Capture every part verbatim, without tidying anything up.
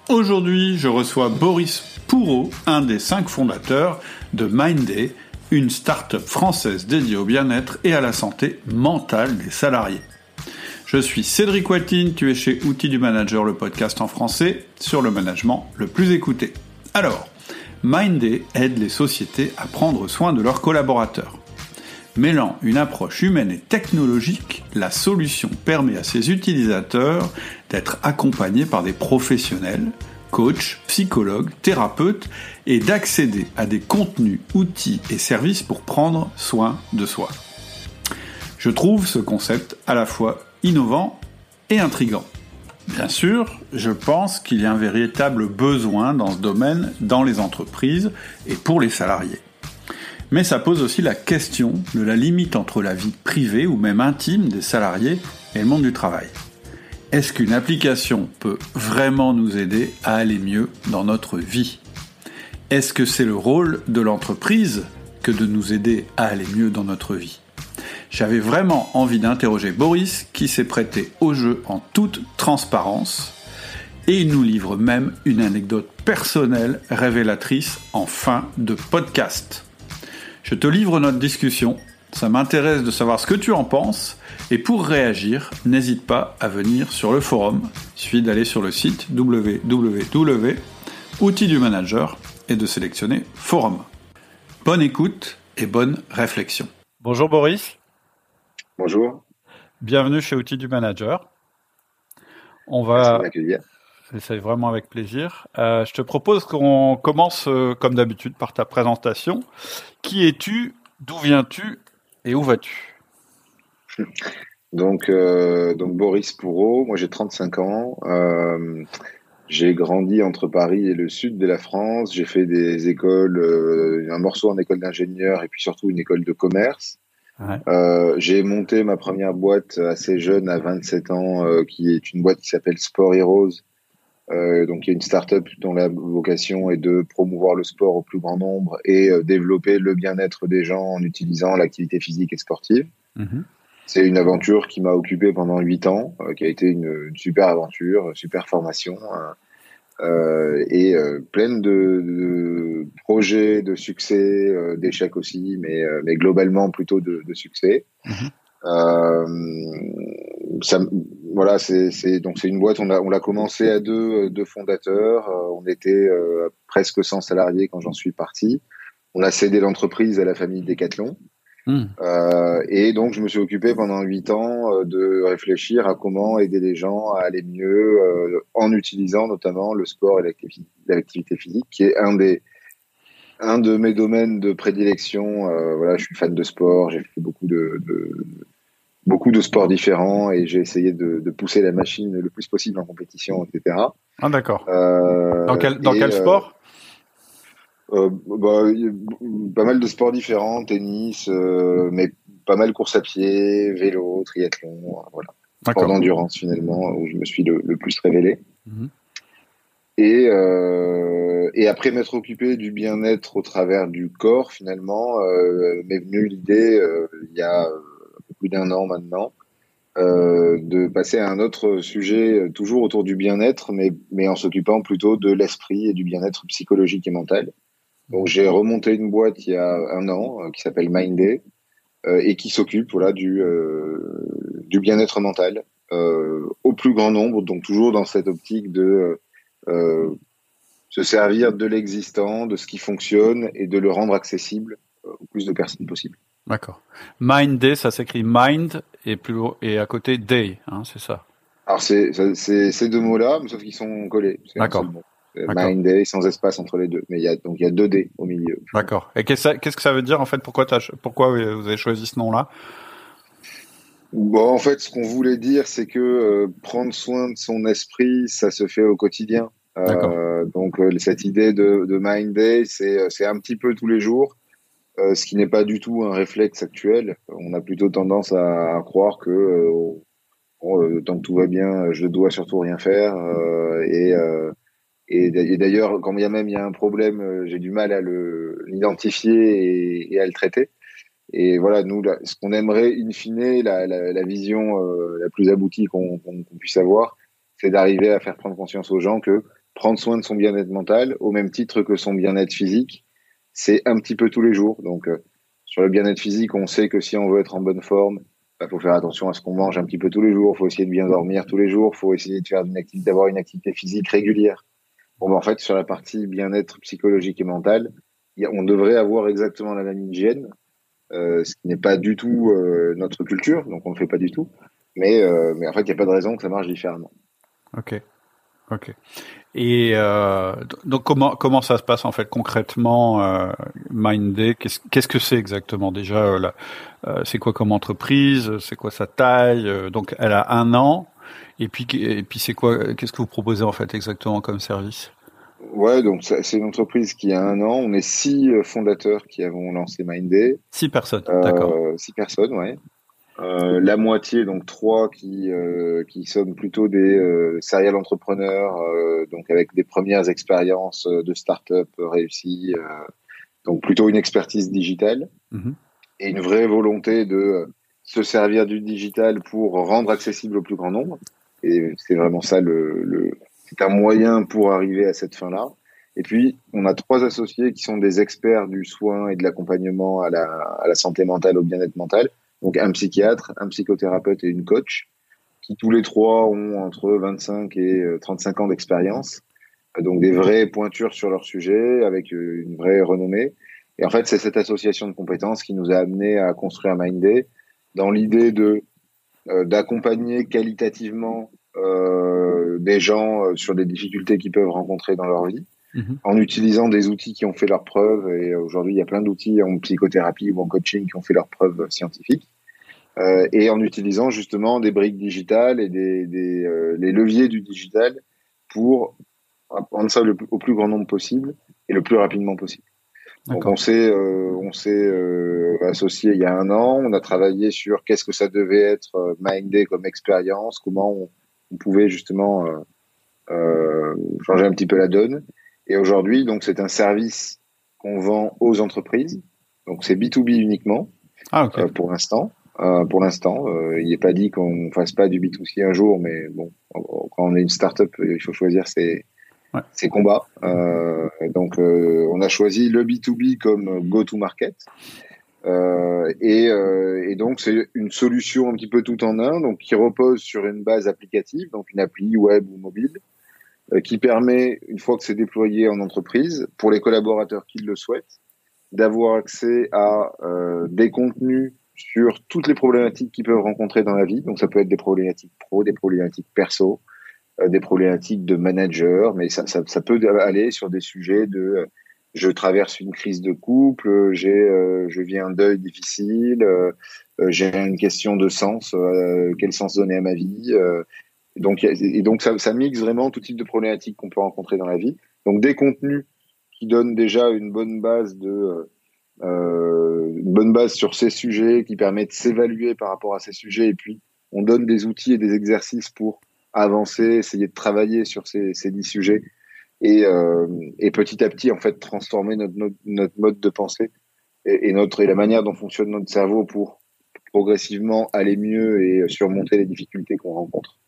Aujourd'hui, je reçois Boris Pourreau, un des cinq fondateurs de Mindday, une start-up française dédiée au bien-être et à la santé mentale des salariés. Je suis Cédric Watine, tu es chez Outils du Manager, le podcast en français sur le management le plus écouté. Alors, Mindday aide les sociétés à prendre soin de leurs collaborateurs. Mêlant une approche humaine et technologique, la solution permet à ses utilisateurs d'être accompagnés par des professionnels, coachs, psychologues, thérapeutes, et d'accéder à des contenus, outils et services pour prendre soin de soi. Je trouve ce concept à la fois innovant et intrigant. Bien sûr, je pense qu'il y a un véritable besoin dans ce domaine dans les entreprises et pour les salariés. Mais ça pose aussi la question de la limite entre la vie privée ou même intime des salariés et le monde du travail. Est-ce qu'une application peut vraiment nous aider à aller mieux dans notre vie ? Est-ce que c'est le rôle de l'entreprise que de nous aider à aller mieux dans notre vie ? J'avais vraiment envie d'interroger Boris, qui s'est prêté au jeu en toute transparence, et il nous livre même une anecdote personnelle révélatrice en fin de podcast. Je te livre notre discussion, ça m'intéresse de savoir ce que tu en penses, et pour réagir, n'hésite pas à venir sur le forum. Il suffit d'aller sur le site w w w point outils du manager et de sélectionner forum. Bonne écoute et bonne réflexion. Bonjour Boris. Bonjour. Bienvenue chez Outils du Manager. On va... Merci de m'accueillir. C'est vraiment avec plaisir. Euh, je te propose qu'on commence euh, comme d'habitude par ta présentation. Qui es-tu ? D'où viens-tu ? Et où vas-tu ? Donc, euh, donc Boris Pourreau, moi j'ai trente-cinq ans. Euh, j'ai grandi entre Paris et le sud de la France. J'ai fait des écoles, euh, un morceau en école d'ingénieur et puis surtout une école de commerce. Ouais. Euh, j'ai monté ma première boîte assez jeune, à vingt-sept ans, euh, qui est une boîte qui s'appelle Sport Heroes. Euh, donc il y a une start-up dont la vocation est de promouvoir le sport au plus grand nombre et euh, développer le bien-être des gens en utilisant l'activité physique et sportive. Mmh. C'est une aventure qui m'a occupé pendant huit ans, euh, qui a été une, une super aventure, super formation, euh, et euh, pleine de, de projets, de succès, euh, d'échecs aussi, mais, euh, mais globalement plutôt de, de succès. Mmh. Euh, ça, voilà, c'est, c'est donc c'est une boîte. On a, on l'a commencé à deux, deux fondateurs. Euh, on était euh, presque cent salariés quand j'en suis parti. On a cédé l'entreprise à la famille Decathlon. Mmh. Euh, et donc, je me suis occupé pendant huit ans euh, de réfléchir à comment aider les gens à aller mieux euh, en utilisant notamment le sport et l'activité, l'activité physique, qui est un des un de mes domaines de prédilection. Euh, voilà, je suis fan de sport. J'ai fait beaucoup de, de beaucoup de sports différents et j'ai essayé de, de pousser la machine le plus possible en compétition, et cetera. Ah d'accord. Euh, dans quel dans et, quel sport? Euh, bah, pas mal de sports différents, tennis, euh, mais pas mal course à pied, vélo, triathlon, voilà. Sport d'endurance finalement, où je me suis le, le plus révélé. Mmh. Et, euh, et après m'être occupé du bien-être au travers du corps, finalement, euh, m'est venue l'idée, euh, il y a un peu plus d'un an maintenant, euh, de passer à un autre sujet, toujours autour du bien-être, mais, mais en s'occupant plutôt de l'esprit et du bien-être psychologique et mental. Donc j'ai remonté une boîte il y a un an euh, qui s'appelle Mindday euh, et qui s'occupe voilà du euh, du bien-être mental euh, au plus grand nombre, donc toujours dans cette optique de euh, se servir de l'existant, de ce qui fonctionne et de le rendre accessible euh, au plus de personnes possible. D'accord. Mindday, ça s'écrit mind et plus et à côté day, hein, c'est ça. Alors c'est c'est ces deux mots-là, mais sauf qu'ils sont collés. C'est D'accord. Un seul mot. Mindday sans espace entre les deux, mais il y a donc il y a deux D au milieu. D'accord. Et qu'est-ce, qu'est-ce que ça veut dire en fait ? Pourquoi t'as, pourquoi vous avez choisi ce nom-là ? Bon, en fait, ce qu'on voulait dire, c'est que euh, prendre soin de son esprit, ça se fait au quotidien. Euh, donc euh, cette idée de, de Mindday, c'est c'est un petit peu tous les jours, euh, ce qui n'est pas du tout un réflexe actuel. On a plutôt tendance à, à croire que euh, bon, euh, tant que tout va bien, je dois surtout rien faire euh, et euh, Et d'ailleurs, quand il y a même il y a un problème, j'ai du mal à le l'identifier et, et à le traiter. Et voilà, nous, là, ce qu'on aimerait, in fine, la, la, la vision euh, la plus aboutie qu'on, qu'on, qu'on puisse avoir, c'est d'arriver à faire prendre conscience aux gens que prendre soin de son bien-être mental au même titre que son bien-être physique. C'est un petit peu tous les jours. Donc, euh, sur le bien-être physique, on sait que si on veut être en bonne forme, il faut faire attention à ce qu'on mange un petit peu tous les jours. Il faut essayer de bien dormir tous les jours. Il faut essayer de faire une activité, d'avoir une activité physique régulière. Bon, ben, en fait, sur la partie bien-être psychologique et mental, y a, on devrait avoir exactement la même hygiène, euh, ce qui n'est pas du tout euh, notre culture, donc on ne le fait pas du tout. Mais, euh, mais en fait, il n'y a pas de raison que ça marche différemment. Ok, ok. Et euh, donc comment comment ça se passe en fait concrètement, euh, Mindday, qu'est-ce qu'est-ce que c'est exactement déjà, euh, là, euh, c'est quoi comme entreprise, c'est quoi sa taille, euh, donc elle a un an, et puis et puis c'est quoi, qu'est-ce que vous proposez en fait exactement comme service? Ouais, donc ça, c'est une entreprise qui a un an. On est six euh, fondateurs qui avons lancé Mindday. Six personnes, d'accord. Euh, six personnes, ouais. Euh, la moitié, donc trois qui euh, qui sommes plutôt des euh, serial entrepreneurs, euh, donc avec des premières expériences de start-up réussies, euh, donc plutôt une expertise digitale Mm-hmm. et une vraie volonté de se servir du digital pour rendre accessible au plus grand nombre. Et c'est vraiment ça le, le c'est un moyen pour arriver à cette fin-là. Et puis, on a trois associés qui sont des experts du soin et de l'accompagnement à la, à la santé mentale, au bien-être mental. Donc, un psychiatre, un psychothérapeute et une coach, qui tous les trois ont entre vingt-cinq et trente-cinq ans d'expérience. Donc, des vraies pointures sur leur sujet, avec une vraie renommée. Et en fait, c'est cette association de compétences qui nous a amené à construire Mindday dans l'idée de euh, d'accompagner qualitativement euh, des gens euh, sur des difficultés qu'ils peuvent rencontrer dans leur vie, Mm-hmm. en utilisant des outils qui ont fait leurs preuves. Et aujourd'hui, il y a plein d'outils en psychothérapie ou en coaching qui ont fait leurs preuves scientifiques. Euh, et en utilisant justement des briques digitales et des, des euh, les leviers du digital pour apprendre ça le, au plus grand nombre possible et le plus rapidement possible. Donc on s'est euh, on s'est euh, associé il y a un an. On a travaillé sur qu'est-ce que ça devait être euh, Mindday comme expérience, comment on, on pouvait justement euh, euh, changer un petit peu la donne. Et aujourd'hui, donc c'est un service qu'on vend aux entreprises. Donc c'est B deux B uniquement. Ah, ok. euh, pour l'instant. Euh, pour l'instant, euh, il n'est pas dit qu'on fasse pas du B deux C un jour, mais bon, quand on est une start-up, il faut choisir ses, ouais. ses combats. Euh, donc, euh, on a choisi le B deux B comme go-to-market. Euh, et, euh, et donc, c'est une solution un petit peu tout en un, donc qui repose sur une base applicative, donc une appli web ou mobile, euh, qui permet, une fois que c'est déployé en entreprise, pour les collaborateurs qui le souhaitent, d'avoir accès à euh, des contenus sur toutes les problématiques qu'ils peuvent rencontrer dans la vie. Donc, ça peut être des problématiques pro, des problématiques perso, euh, des problématiques de manager, mais ça, ça, ça peut aller sur des sujets de euh, je traverse une crise de couple, j'ai, euh, je vis un deuil difficile, euh, j'ai une question de sens, euh, quel sens donner à ma vie. Euh, donc, et donc, ça, ça mixe vraiment tout type de problématiques qu'on peut rencontrer dans la vie. Donc, des contenus qui donnent déjà une bonne base de euh, une bonne base sur ces sujets, qui permet de s'évaluer par rapport à ces sujets, et puis on donne des outils et des exercices pour avancer, essayer de travailler sur ces, ces dix sujets et, euh, et petit à petit en fait transformer notre, notre, notre mode de pensée et, et notre et la manière dont fonctionne notre cerveau pour progressivement aller mieux et surmonter les difficultés qu'on rencontre.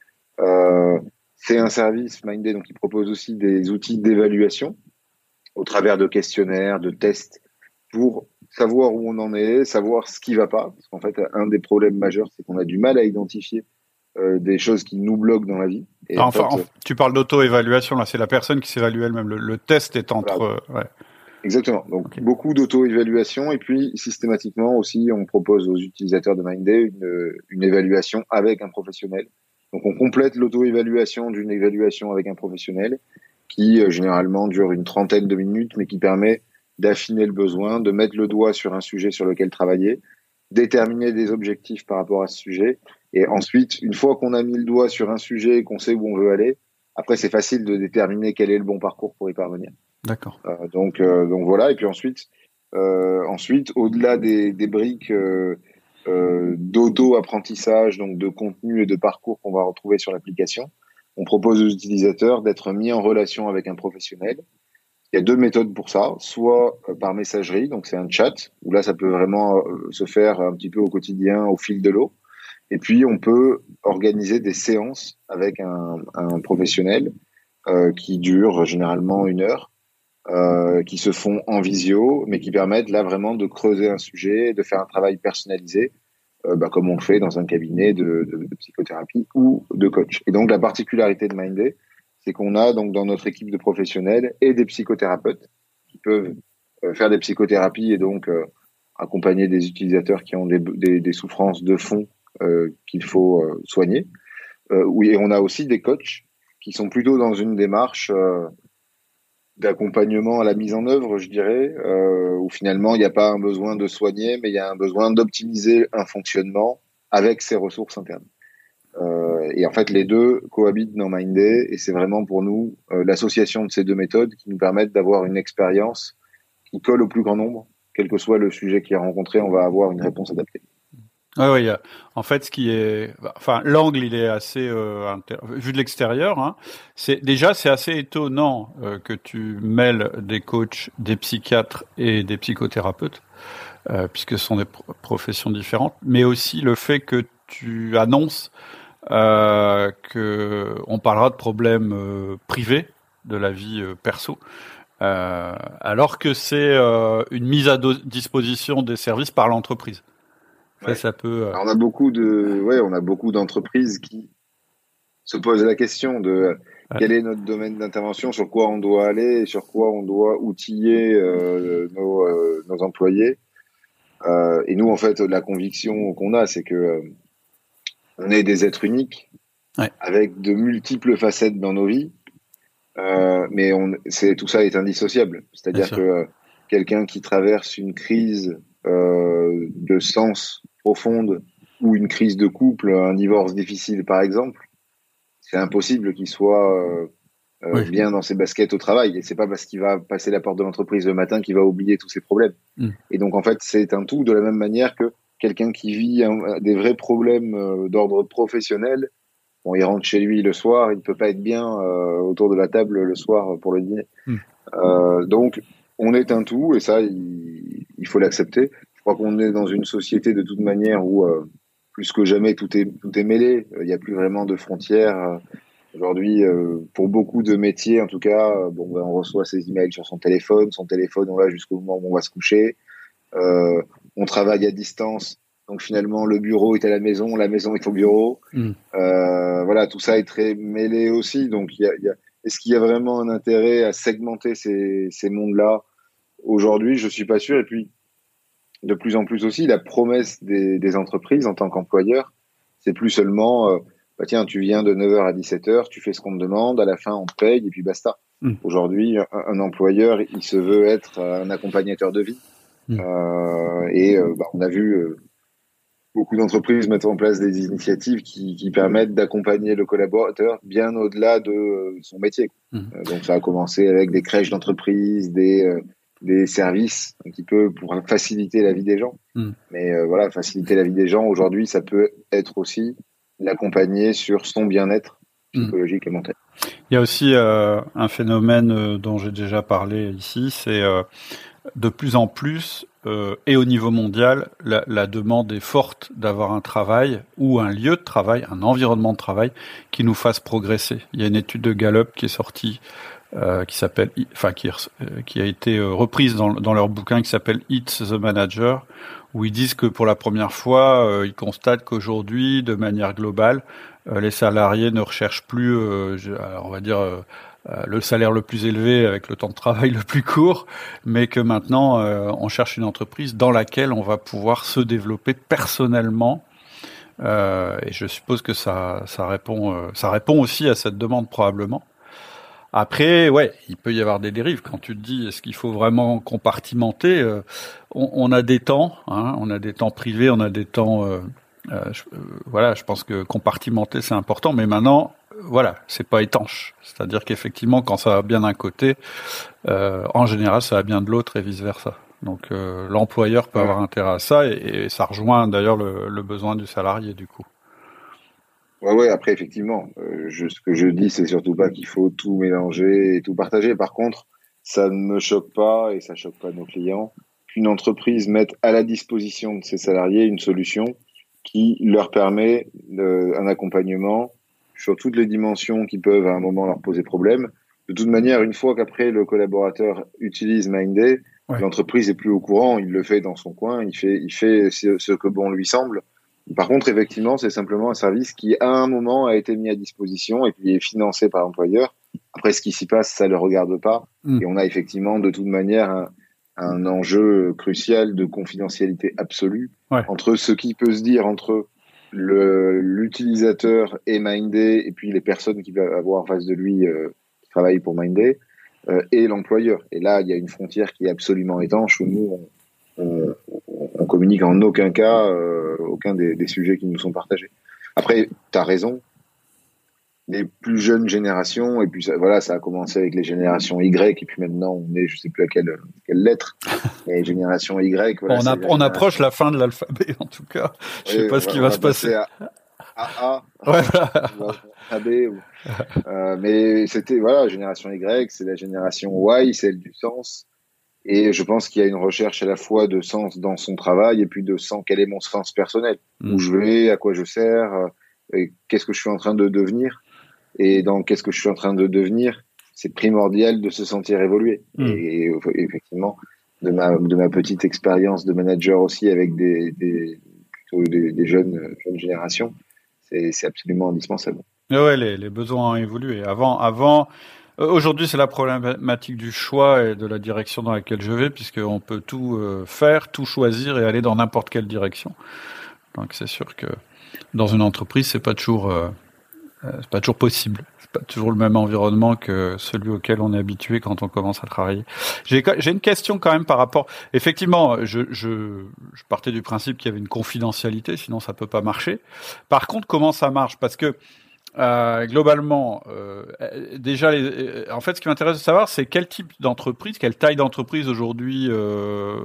Euh, c'est un service Mindday donc qui propose aussi des outils d'évaluation au travers de questionnaires, de tests, pour savoir où on en est, savoir ce qui va pas. Parce qu'en fait, un des problèmes majeurs, c'est qu'on a du mal à identifier euh, des choses qui nous bloquent dans la vie. Et enfin, en fait, tu parles d'auto-évaluation, là, c'est la personne qui s'évalue elle-même. Le, le test est entre... Voilà. Euh, ouais. Exactement. Donc, okay. Beaucoup d'auto-évaluation. Et puis, systématiquement aussi, on propose aux utilisateurs de Mindday une, une évaluation avec un professionnel. Donc, on complète l'auto-évaluation d'une évaluation avec un professionnel qui, euh, généralement, dure une trentaine de minutes, mais qui permet d'affiner le besoin, de mettre le doigt sur un sujet sur lequel travailler, déterminer des objectifs par rapport à ce sujet. Et ensuite, une fois qu'on a mis le doigt sur un sujet et qu'on sait où on veut aller, après, c'est facile de déterminer quel est le bon parcours pour y parvenir. D'accord. Euh, donc, euh, donc voilà. Et puis ensuite, euh, ensuite, au-delà des, des briques euh, euh, d'auto-apprentissage, donc de contenu et de parcours qu'on va retrouver sur l'application, on propose aux utilisateurs d'être mis en relation avec un professionnel. Il y a deux méthodes pour ça, soit par messagerie, donc c'est un chat, où là ça peut vraiment se faire un petit peu au quotidien, au fil de l'eau. Et puis on peut organiser des séances avec un, un professionnel euh, qui durent généralement une heure, euh, qui se font en visio, mais qui permettent là vraiment de creuser un sujet, de faire un travail personnalisé, euh, bah, comme on le fait dans un cabinet de, de, de psychothérapie ou de coach. Et donc la particularité de Mindday, c'est qu'on a donc dans notre équipe de professionnels et des psychothérapeutes qui peuvent euh, faire des psychothérapies et donc euh, accompagner des utilisateurs qui ont des, des, des souffrances de fond euh, qu'il faut euh, soigner. Euh, oui, et on a aussi des coachs qui sont plutôt dans une démarche euh, d'accompagnement à la mise en œuvre, je dirais, euh, où finalement il n'y a pas un besoin de soigner, mais il y a un besoin d'optimiser un fonctionnement avec ses ressources internes. Euh, et en fait, les deux cohabitent dans Mindday, et c'est vraiment pour nous euh, l'association de ces deux méthodes qui nous permettent d'avoir une expérience qui colle au plus grand nombre. Quel que soit le sujet qui est rencontré, on va avoir une réponse adaptée. Oui, oui. En fait, ce qui est, enfin, l'angle, il est assez euh, inter... vu de l'extérieur. Hein, c'est déjà, c'est assez étonnant euh, que tu mêles des coachs, des psychiatres et des psychothérapeutes, euh, puisque ce sont des pro- professions différentes. Mais aussi le fait que tu annonces euh, que on parlera de problèmes euh, privés de la vie euh, perso. Euh, alors que c'est euh, une mise à do- disposition des services par l'entreprise. Ça, Ouais. ça peut. Euh... Alors, on a beaucoup de, ouais, on a beaucoup d'entreprises qui se posent la question de Ouais. quel est notre domaine d'intervention, sur quoi on doit aller, et sur quoi on doit outiller euh, nos, euh, nos employés. Euh, et nous, en fait, la conviction qu'on a, c'est que euh, on est des êtres uniques, Ouais. avec de multiples facettes dans nos vies, euh, mais on, c'est tout ça est indissociable. C'est-à-dire que euh, quelqu'un qui traverse une crise euh, de sens profonde ou une crise de couple, un divorce difficile par exemple, c'est impossible qu'il soit euh, euh, Oui. bien dans ses baskets au travail. Et c'est pas parce qu'il va passer la porte de l'entreprise le matin qu'il va oublier tous ses problèmes. Mm. Et donc en fait, c'est un tout de la même manière que quelqu'un qui vit un, des vrais problèmes euh, d'ordre professionnel. Bon, il rentre chez lui le soir, il ne peut pas être bien euh, autour de la table le soir pour le dîner. Mm. Euh, donc, on est un tout, et ça, il, il faut l'accepter. Je crois qu'on est dans une société de toute manière où, euh, plus que jamais, tout est, tout est mêlé. Il n'y a plus vraiment de frontières. Aujourd'hui, euh, pour beaucoup de métiers, en tout cas, euh, bon, ben, on reçoit ses emails sur son téléphone. Son téléphone, on l'a jusqu'au moment où on va se coucher. Euh, on travaille à distance. Donc finalement, le bureau est à la maison, la maison est au bureau. Mm. Euh, voilà, tout ça est très mêlé aussi. Donc, il y a, il y a, est-ce qu'il y a vraiment un intérêt à segmenter ces, ces mondes-là aujourd'hui? Je suis pas sûr. Et puis, de plus en plus aussi, la promesse des, des entreprises en tant qu'employeur, c'est plus seulement, euh, bah tiens, tu viens de neuf heures à dix-sept heures, tu fais ce qu'on te demande, à la fin on te paye et puis basta. Mm. Aujourd'hui, un, un employeur, il se veut être un accompagnateur de vie. Mm. Euh, et euh, bah, on a vu euh, beaucoup d'entreprises mettre en place des initiatives qui, qui permettent d'accompagner le collaborateur bien au-delà de son métier. Mm. Euh, donc ça a commencé avec des crèches d'entreprise, des, euh, des services un petit peu pour faciliter la vie des gens. Mm. Mais euh, voilà, faciliter la vie des gens, aujourd'hui, ça peut être aussi l'accompagner sur son bien-être psychologique mm. et mental. Il y a aussi euh, un phénomène euh, dont j'ai déjà parlé ici, c'est euh, de plus en plus, euh, et au niveau mondial, la, la demande est forte d'avoir un travail ou un lieu de travail, un environnement de travail qui nous fasse progresser. Il y a une étude de Gallup qui est sortie, euh, qui s'appelle, enfin qui, euh, qui a été euh, reprise dans, dans leur bouquin qui s'appelle It's the Manager, où ils disent que pour la première fois, euh, ils constatent qu'aujourd'hui, de manière globale, euh, les salariés ne recherchent plus, euh, alors on va dire, euh, euh, le salaire le plus élevé avec le temps de travail le plus court, mais que maintenant, euh, on cherche une entreprise dans laquelle on va pouvoir se développer personnellement. Euh, et je suppose que ça, ça répond, euh, ça répond aussi à cette demande probablement. Après, ouais, il peut y avoir des dérives. Quand tu te dis, est-ce qu'il faut vraiment compartimenter euh, on, on a des temps, hein, on a des temps privés, on a des temps, euh, euh, je, euh, voilà. Je pense que compartimenter c'est important, mais maintenant, voilà, c'est pas étanche. C'est-à-dire qu'effectivement, quand ça va bien d'un côté, euh, en général, ça va bien de l'autre et vice versa. Donc, euh, l'employeur peut ouais. avoir intérêt à ça, et, et ça rejoint d'ailleurs le, le besoin du salarié du coup. Ouais, ouais, après, effectivement, euh, je, ce que je dis, c'est surtout pas qu'il faut tout mélanger et tout partager. Par contre, ça ne me choque pas, et ça choque pas nos clients, qu'une entreprise mette à la disposition de ses salariés une solution qui leur permet euh, un accompagnement sur toutes les dimensions qui peuvent à un moment leur poser problème. De toute manière, une fois qu'après le collaborateur utilise Mindday, ouais. l'entreprise est plus au courant, il le fait dans son coin, il fait, il fait ce, ce que bon lui semble. Par contre, effectivement, c'est simplement un service qui, à un moment, a été mis à disposition et puis est financé par l'employeur. Après, ce qui s'y passe, ça le regarde pas. Mmh. Et on a effectivement, de toute manière, un, un enjeu crucial de confidentialité absolue ouais. entre ce qui peut se dire entre le, l'utilisateur et Mindday et puis les personnes qui peuvent avoir en face de lui euh, qui travaillent pour Mindday euh, et l'employeur. Et là, il y a une frontière qui est absolument étanche où nous, on, on, on communique en aucun cas euh, aucun des, des sujets qui nous sont partagés. Après, tu as raison. Les plus jeunes générations, et puis ça, voilà, ça a commencé avec les générations Y, et puis maintenant on est, je sais plus à quelle, quelle lettre, mais génération Y. Voilà, on, a, on approche la fin de l'alphabet en tout cas. Je sais oui, pas ce qui va, va se passer. À A, A, ouais. A B. Ou, euh, mais c'était voilà, génération Y, c'est la génération Y, celle du sens. Et je pense qu'il y a une recherche à la fois de sens dans son travail et puis de sens, quel est mon sens personnel, mmh. où je vais, à quoi je sers, et qu'est-ce que je suis en train de devenir. Et dans qu'est-ce que je suis en train de devenir, c'est primordial de se sentir évoluer. Mmh. Et, et effectivement, de ma, de ma petite expérience de manager aussi avec des, des, plutôt des, des jeunes, jeunes générations, c'est, c'est absolument indispensable. Et ouais, les, les besoins ont évolué. Avant, avant, aujourd'hui, c'est la problématique du choix et de la direction dans laquelle je vais, puisqu'on peut tout faire, tout choisir et aller dans n'importe quelle direction. Donc, c'est sûr que dans une entreprise, c'est pas toujours, euh, c'est pas toujours possible. C'est pas toujours le même environnement que celui auquel on est habitué quand on commence à travailler. J'ai, j'ai une question quand même par rapport. Effectivement, je, je, je partais du principe qu'il y avait une confidentialité, sinon ça peut pas marcher. Par contre, comment ça marche ? Parce que euh, globalement, euh, déjà, les, en fait, ce qui m'intéresse de savoir, c'est quel type d'entreprise, quelle taille d'entreprise aujourd'hui euh,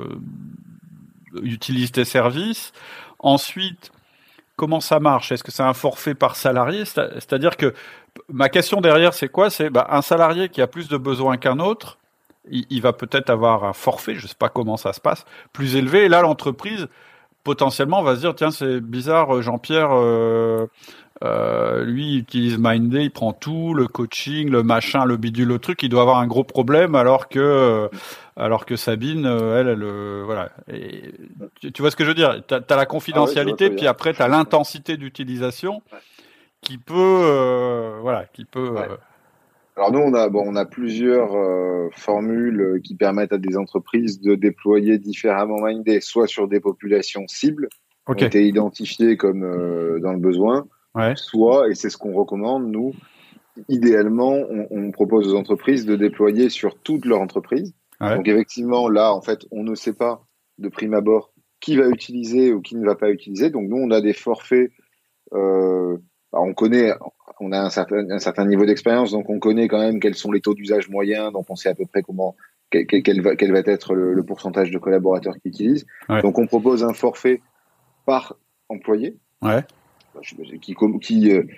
utilise tes services. Ensuite, comment ça marche ? Est-ce que c'est un forfait par salarié ? C'est-à-dire que ma question derrière, c'est quoi ? C'est bah, un salarié qui a plus de besoins qu'un autre, il, il va peut-être avoir un forfait, je ne sais pas comment ça se passe, plus élevé. Et là, l'entreprise, potentiellement, va se dire, tiens, c'est bizarre, Jean-Pierre, euh, euh, lui, il utilise Mindday, il prend tout, le coaching, le machin, le bidule, le truc, il doit avoir un gros problème, alors que... Euh, alors que Sabine, elle, elle, euh, voilà. Et, tu, tu vois ce que je veux dire ? Tu as la confidentialité, ah ouais, puis après, tu as l'intensité d'utilisation qui peut, euh, voilà, qui peut. Ouais. Euh... Alors nous, on a, bon, on a plusieurs euh, formules qui permettent à des entreprises de déployer différemment Mindday, soit sur des populations cibles, okay. qui ont été identifiées comme euh, dans le besoin, ouais. soit, et c'est ce qu'on recommande, nous, idéalement, on, on propose aux entreprises de déployer sur toute leur entreprise. Ouais. Donc effectivement, là, en fait, on ne sait pas de prime abord qui va utiliser ou qui ne va pas utiliser. Donc nous, on a des forfaits. Euh, on connaît, on a un certain, un certain niveau d'expérience, donc on connaît quand même quels sont les taux d'usage moyens. Donc on sait à peu près comment, quel, quel, va, quel va être le, le pourcentage de collaborateurs qui utilisent. Ouais. Donc on propose un forfait par employé, ouais. qui, qui euh,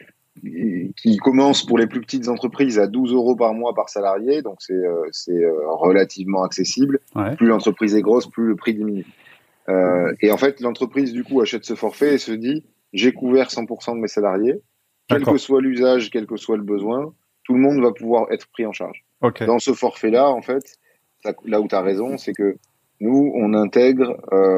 qui commence pour les plus petites entreprises à douze euros par mois par salarié, donc c'est euh, c'est euh, relativement accessible. Ouais. Plus l'entreprise est grosse, plus le prix diminue. Euh, et en fait, l'entreprise du coup achète ce forfait et se dit j'ai couvert cent pour cent de mes salariés, quel D'accord. que soit l'usage, quel que soit le besoin, tout le monde va pouvoir être pris en charge. Okay. Dans ce forfait-là, en fait, ça, là où tu as raison, c'est que nous on intègre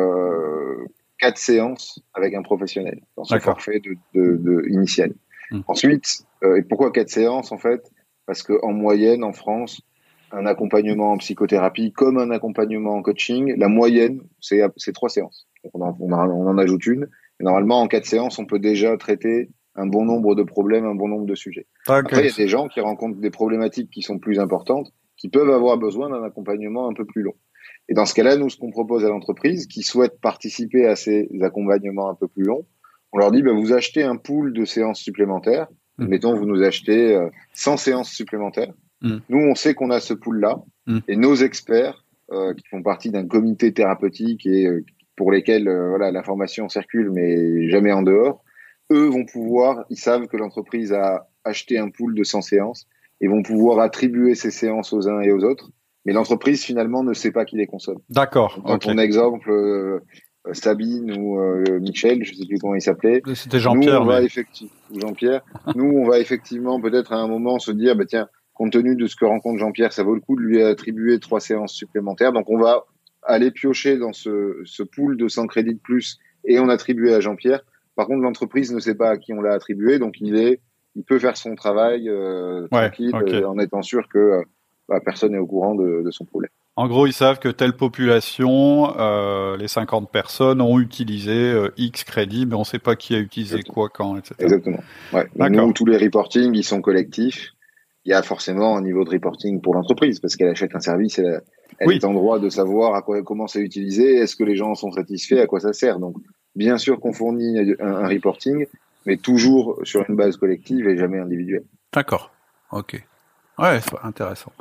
euh, quatre séances avec un professionnel dans ce D'accord. forfait de, de, de initial. Mmh. Ensuite, euh, et pourquoi quatre séances en fait ? Parce que en moyenne en France, un accompagnement en psychothérapie comme un accompagnement en coaching, la moyenne c'est c'est trois séances. Donc on en, on, en, on en ajoute une. Et normalement en quatre séances, on peut déjà traiter un bon nombre de problèmes, un bon nombre de sujets. Okay. Après, il y a des gens qui rencontrent des problématiques qui sont plus importantes, qui peuvent avoir besoin d'un accompagnement un peu plus long. Et dans ce cas-là, nous, ce qu'on propose à l'entreprise qui souhaite participer à ces accompagnements un peu plus longs, on leur dit, bah, vous achetez un pool de séances supplémentaires. Mmh. Mettons, vous nous achetez euh, cent séances supplémentaires. Mmh. Nous, on sait qu'on a ce pool-là. Mmh. Et nos experts, euh, qui font partie d'un comité thérapeutique et euh, pour lesquels euh, voilà, l'information circule, mais jamais en dehors, eux vont pouvoir, ils savent que l'entreprise a acheté un pool de cent séances et vont pouvoir attribuer ces séances aux uns et aux autres. Mais l'entreprise, finalement, ne sait pas qui les consomme. D'accord. Dans okay. ton exemple... Euh, Sabine ou euh, Michel, je sais plus comment il s'appelait. C'était Jean-Pierre. Nous, on va mais... effectivement, ou Jean-Pierre. Nous, on va effectivement peut-être à un moment se dire, bah tiens, compte tenu de ce que rencontre Jean-Pierre, ça vaut le coup de lui attribuer trois séances supplémentaires. Donc, on va aller piocher dans ce, ce pool de cent crédits de plus et on attribue à Jean-Pierre. Par contre, l'entreprise ne sait pas à qui on l'a attribué, donc il est, il peut faire son travail euh, Ouais, tranquille, ok. euh, en étant sûr que euh, bah, personne n'est au courant de, de son problème. En gros, ils savent que telle population, euh, les cinquante personnes, ont utilisé euh, X crédits, mais on ne sait pas qui a utilisé Exactement. quoi, quand, et cetera. Exactement. Ouais. Donc, D'accord. nous, tous les reportings, ils sont collectifs. Il y a forcément un niveau de reporting pour l'entreprise parce qu'elle achète un service, elle, elle Oui. est en droit de savoir à quoi, comment c'est utilisé, est-ce que les gens sont satisfaits, à quoi ça sert. Donc, bien sûr qu'on fournit un, un reporting, mais toujours sur une base collective et jamais individuelle. D'accord. Ok. Ouais, c'est intéressant.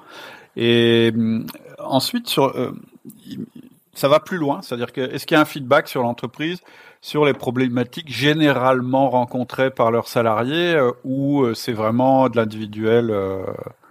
Et euh, ensuite, sur, euh, ça va plus loin, c'est-à-dire que est-ce qu'il y a un feedback sur l'entreprise sur les problématiques généralement rencontrées par leurs salariés euh, ou euh, c'est vraiment de l'individuel euh...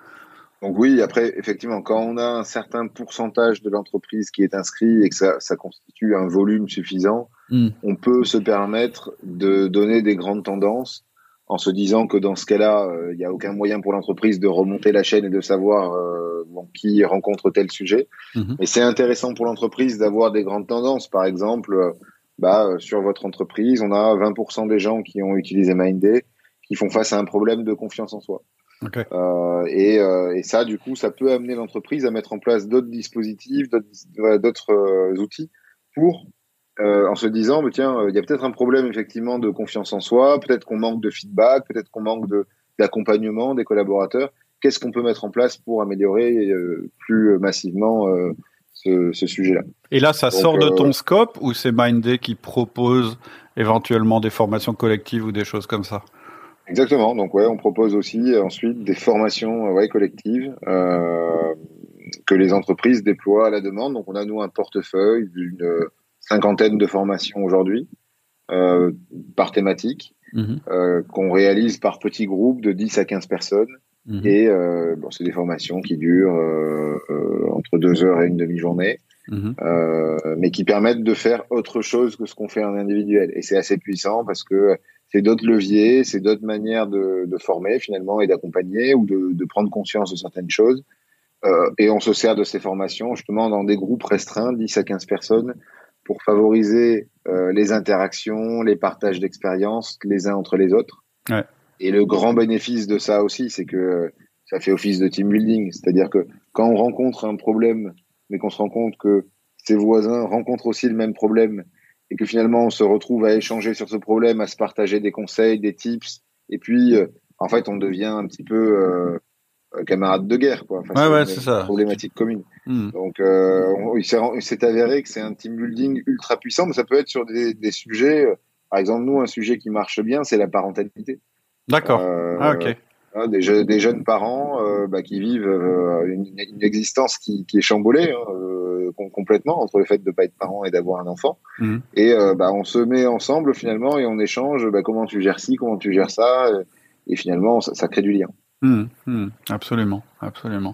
Donc oui, après, effectivement, quand on a un certain pourcentage de l'entreprise qui est inscrit et que ça, ça constitue un volume suffisant, mm. on peut se permettre de donner des grandes tendances en se disant que dans ce cas-là, il euh, n'y a aucun moyen pour l'entreprise de remonter la chaîne et de savoir euh, bon, qui rencontre tel sujet. Mm-hmm. Et c'est intéressant pour l'entreprise d'avoir des grandes tendances. Par exemple, euh, bah, sur votre entreprise, on a vingt pour cent des gens qui ont utilisé Mindday qui font face à un problème de confiance en soi. Okay. Euh, et, euh, et ça, du coup, ça peut amener l'entreprise à mettre en place d'autres dispositifs, d'autres, d'autres euh, outils pour, euh, en se disant, mais tiens, il y a peut-être un problème effectivement de confiance en soi, peut-être qu'on manque de feedback, peut-être qu'on manque de, d'accompagnement des collaborateurs. Qu'est-ce qu'on peut mettre en place pour améliorer euh, plus massivement euh, ce, ce sujet-là? Et là, ça Donc, sort de ton euh, scope ou c'est Mindday qui propose éventuellement des formations collectives ou des choses comme ça? Exactement. Donc ouais, on propose aussi ensuite des formations ouais, collectives euh, que les entreprises déploient à la demande. Donc on a nous un portefeuille d'une cinquantaine de formations aujourd'hui euh, par thématique mmh. euh, qu'on réalise par petits groupes de dix à quinze personnes. Mmh. Et euh, bon, c'est des formations qui durent euh, euh, entre deux heures et une demi-journée. Mmh. Euh, mais qui permettent de faire autre chose que ce qu'on fait en individuel. Et c'est assez puissant parce que c'est d'autres leviers, c'est d'autres manières de, de former finalement et d'accompagner ou de, de prendre conscience de certaines choses. Euh, et on se sert de ces formations justement dans des groupes restreints, dix à quinze personnes, pour favoriser euh, les interactions, les partages d'expériences les uns entre les autres. Ouais. Et le grand bénéfice de ça aussi, c'est que ça fait office de team building. C'est-à-dire que quand on rencontre un problème, mais qu'on se rend compte que ses voisins rencontrent aussi le même problème et que finalement on se retrouve à échanger sur ce problème, à se partager des conseils, des tips, et puis euh, en fait on devient un petit peu euh, camarade de guerre, quoi, face ouais, à ouais, une, c'est une ça. problématique commune. Mmh. Donc euh, on, il, s'est, il s'est avéré que c'est un team building ultra puissant, mais ça peut être sur des, des sujets. Euh, par exemple, nous, un sujet qui marche bien, c'est la parentalité. D'accord. Euh, ah, ok. Des, je, des jeunes parents euh, bah, qui vivent euh, une, une existence qui, qui est chamboulée hein, euh, complètement entre le fait de ne pas être parent et d'avoir un enfant. Mmh. Et euh, bah, on se met ensemble finalement et on échange bah, comment tu gères ci, comment tu gères ça. Et finalement, ça, ça crée du lien. Mmh, mmh, absolument, absolument.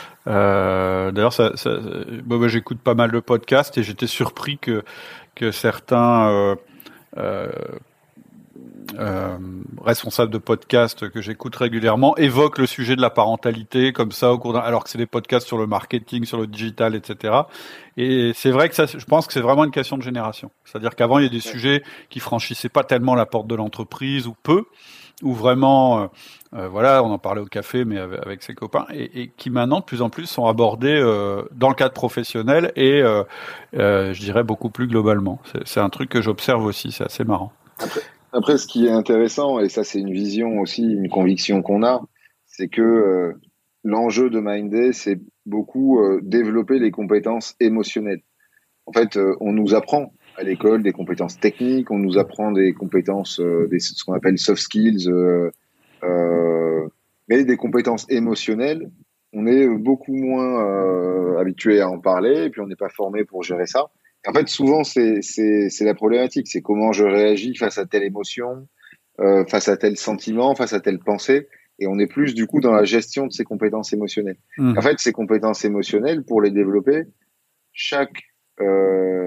Euh, d'ailleurs, ça, ça, bon, bah, j'écoute pas mal de podcasts et j'étais surpris que, que certains... Euh, euh, Euh, responsable de podcast que j'écoute régulièrement évoque le sujet de la parentalité comme ça au cours d'un, alors que c'est des podcasts sur le marketing, sur le digital, et cetera. Et c'est vrai que ça, je pense que c'est vraiment une question de génération. C'est-à-dire qu'avant il y a des ouais. sujets qui franchissaient pas tellement la porte de l'entreprise ou peu, ou vraiment, euh, euh, voilà, on en parlait au café, mais avec, avec ses copains, et, et qui maintenant de plus en plus sont abordés euh, dans le cadre professionnel et euh, euh, je dirais beaucoup plus globalement. C'est, c'est un truc que j'observe aussi, c'est assez marrant. Après. Après, ce qui est intéressant, et ça c'est une vision aussi, une conviction qu'on a, c'est que euh, l'enjeu de Mindday, c'est beaucoup euh, développer les compétences émotionnelles. En fait, euh, on nous apprend à l'école des compétences techniques, on nous apprend des compétences, euh, des, ce qu'on appelle soft skills, euh, euh, mais des compétences émotionnelles, on est beaucoup moins euh, habitué à en parler, et puis on n'est pas formé pour gérer ça. En fait, souvent, c'est, c'est, c'est la problématique. C'est comment je réagis face à telle émotion, euh, face à tel sentiment, face à telle pensée. Et on est plus, du coup, dans la gestion de ces compétences émotionnelles. Mmh. En fait, ces compétences émotionnelles, pour les développer, chaque, euh,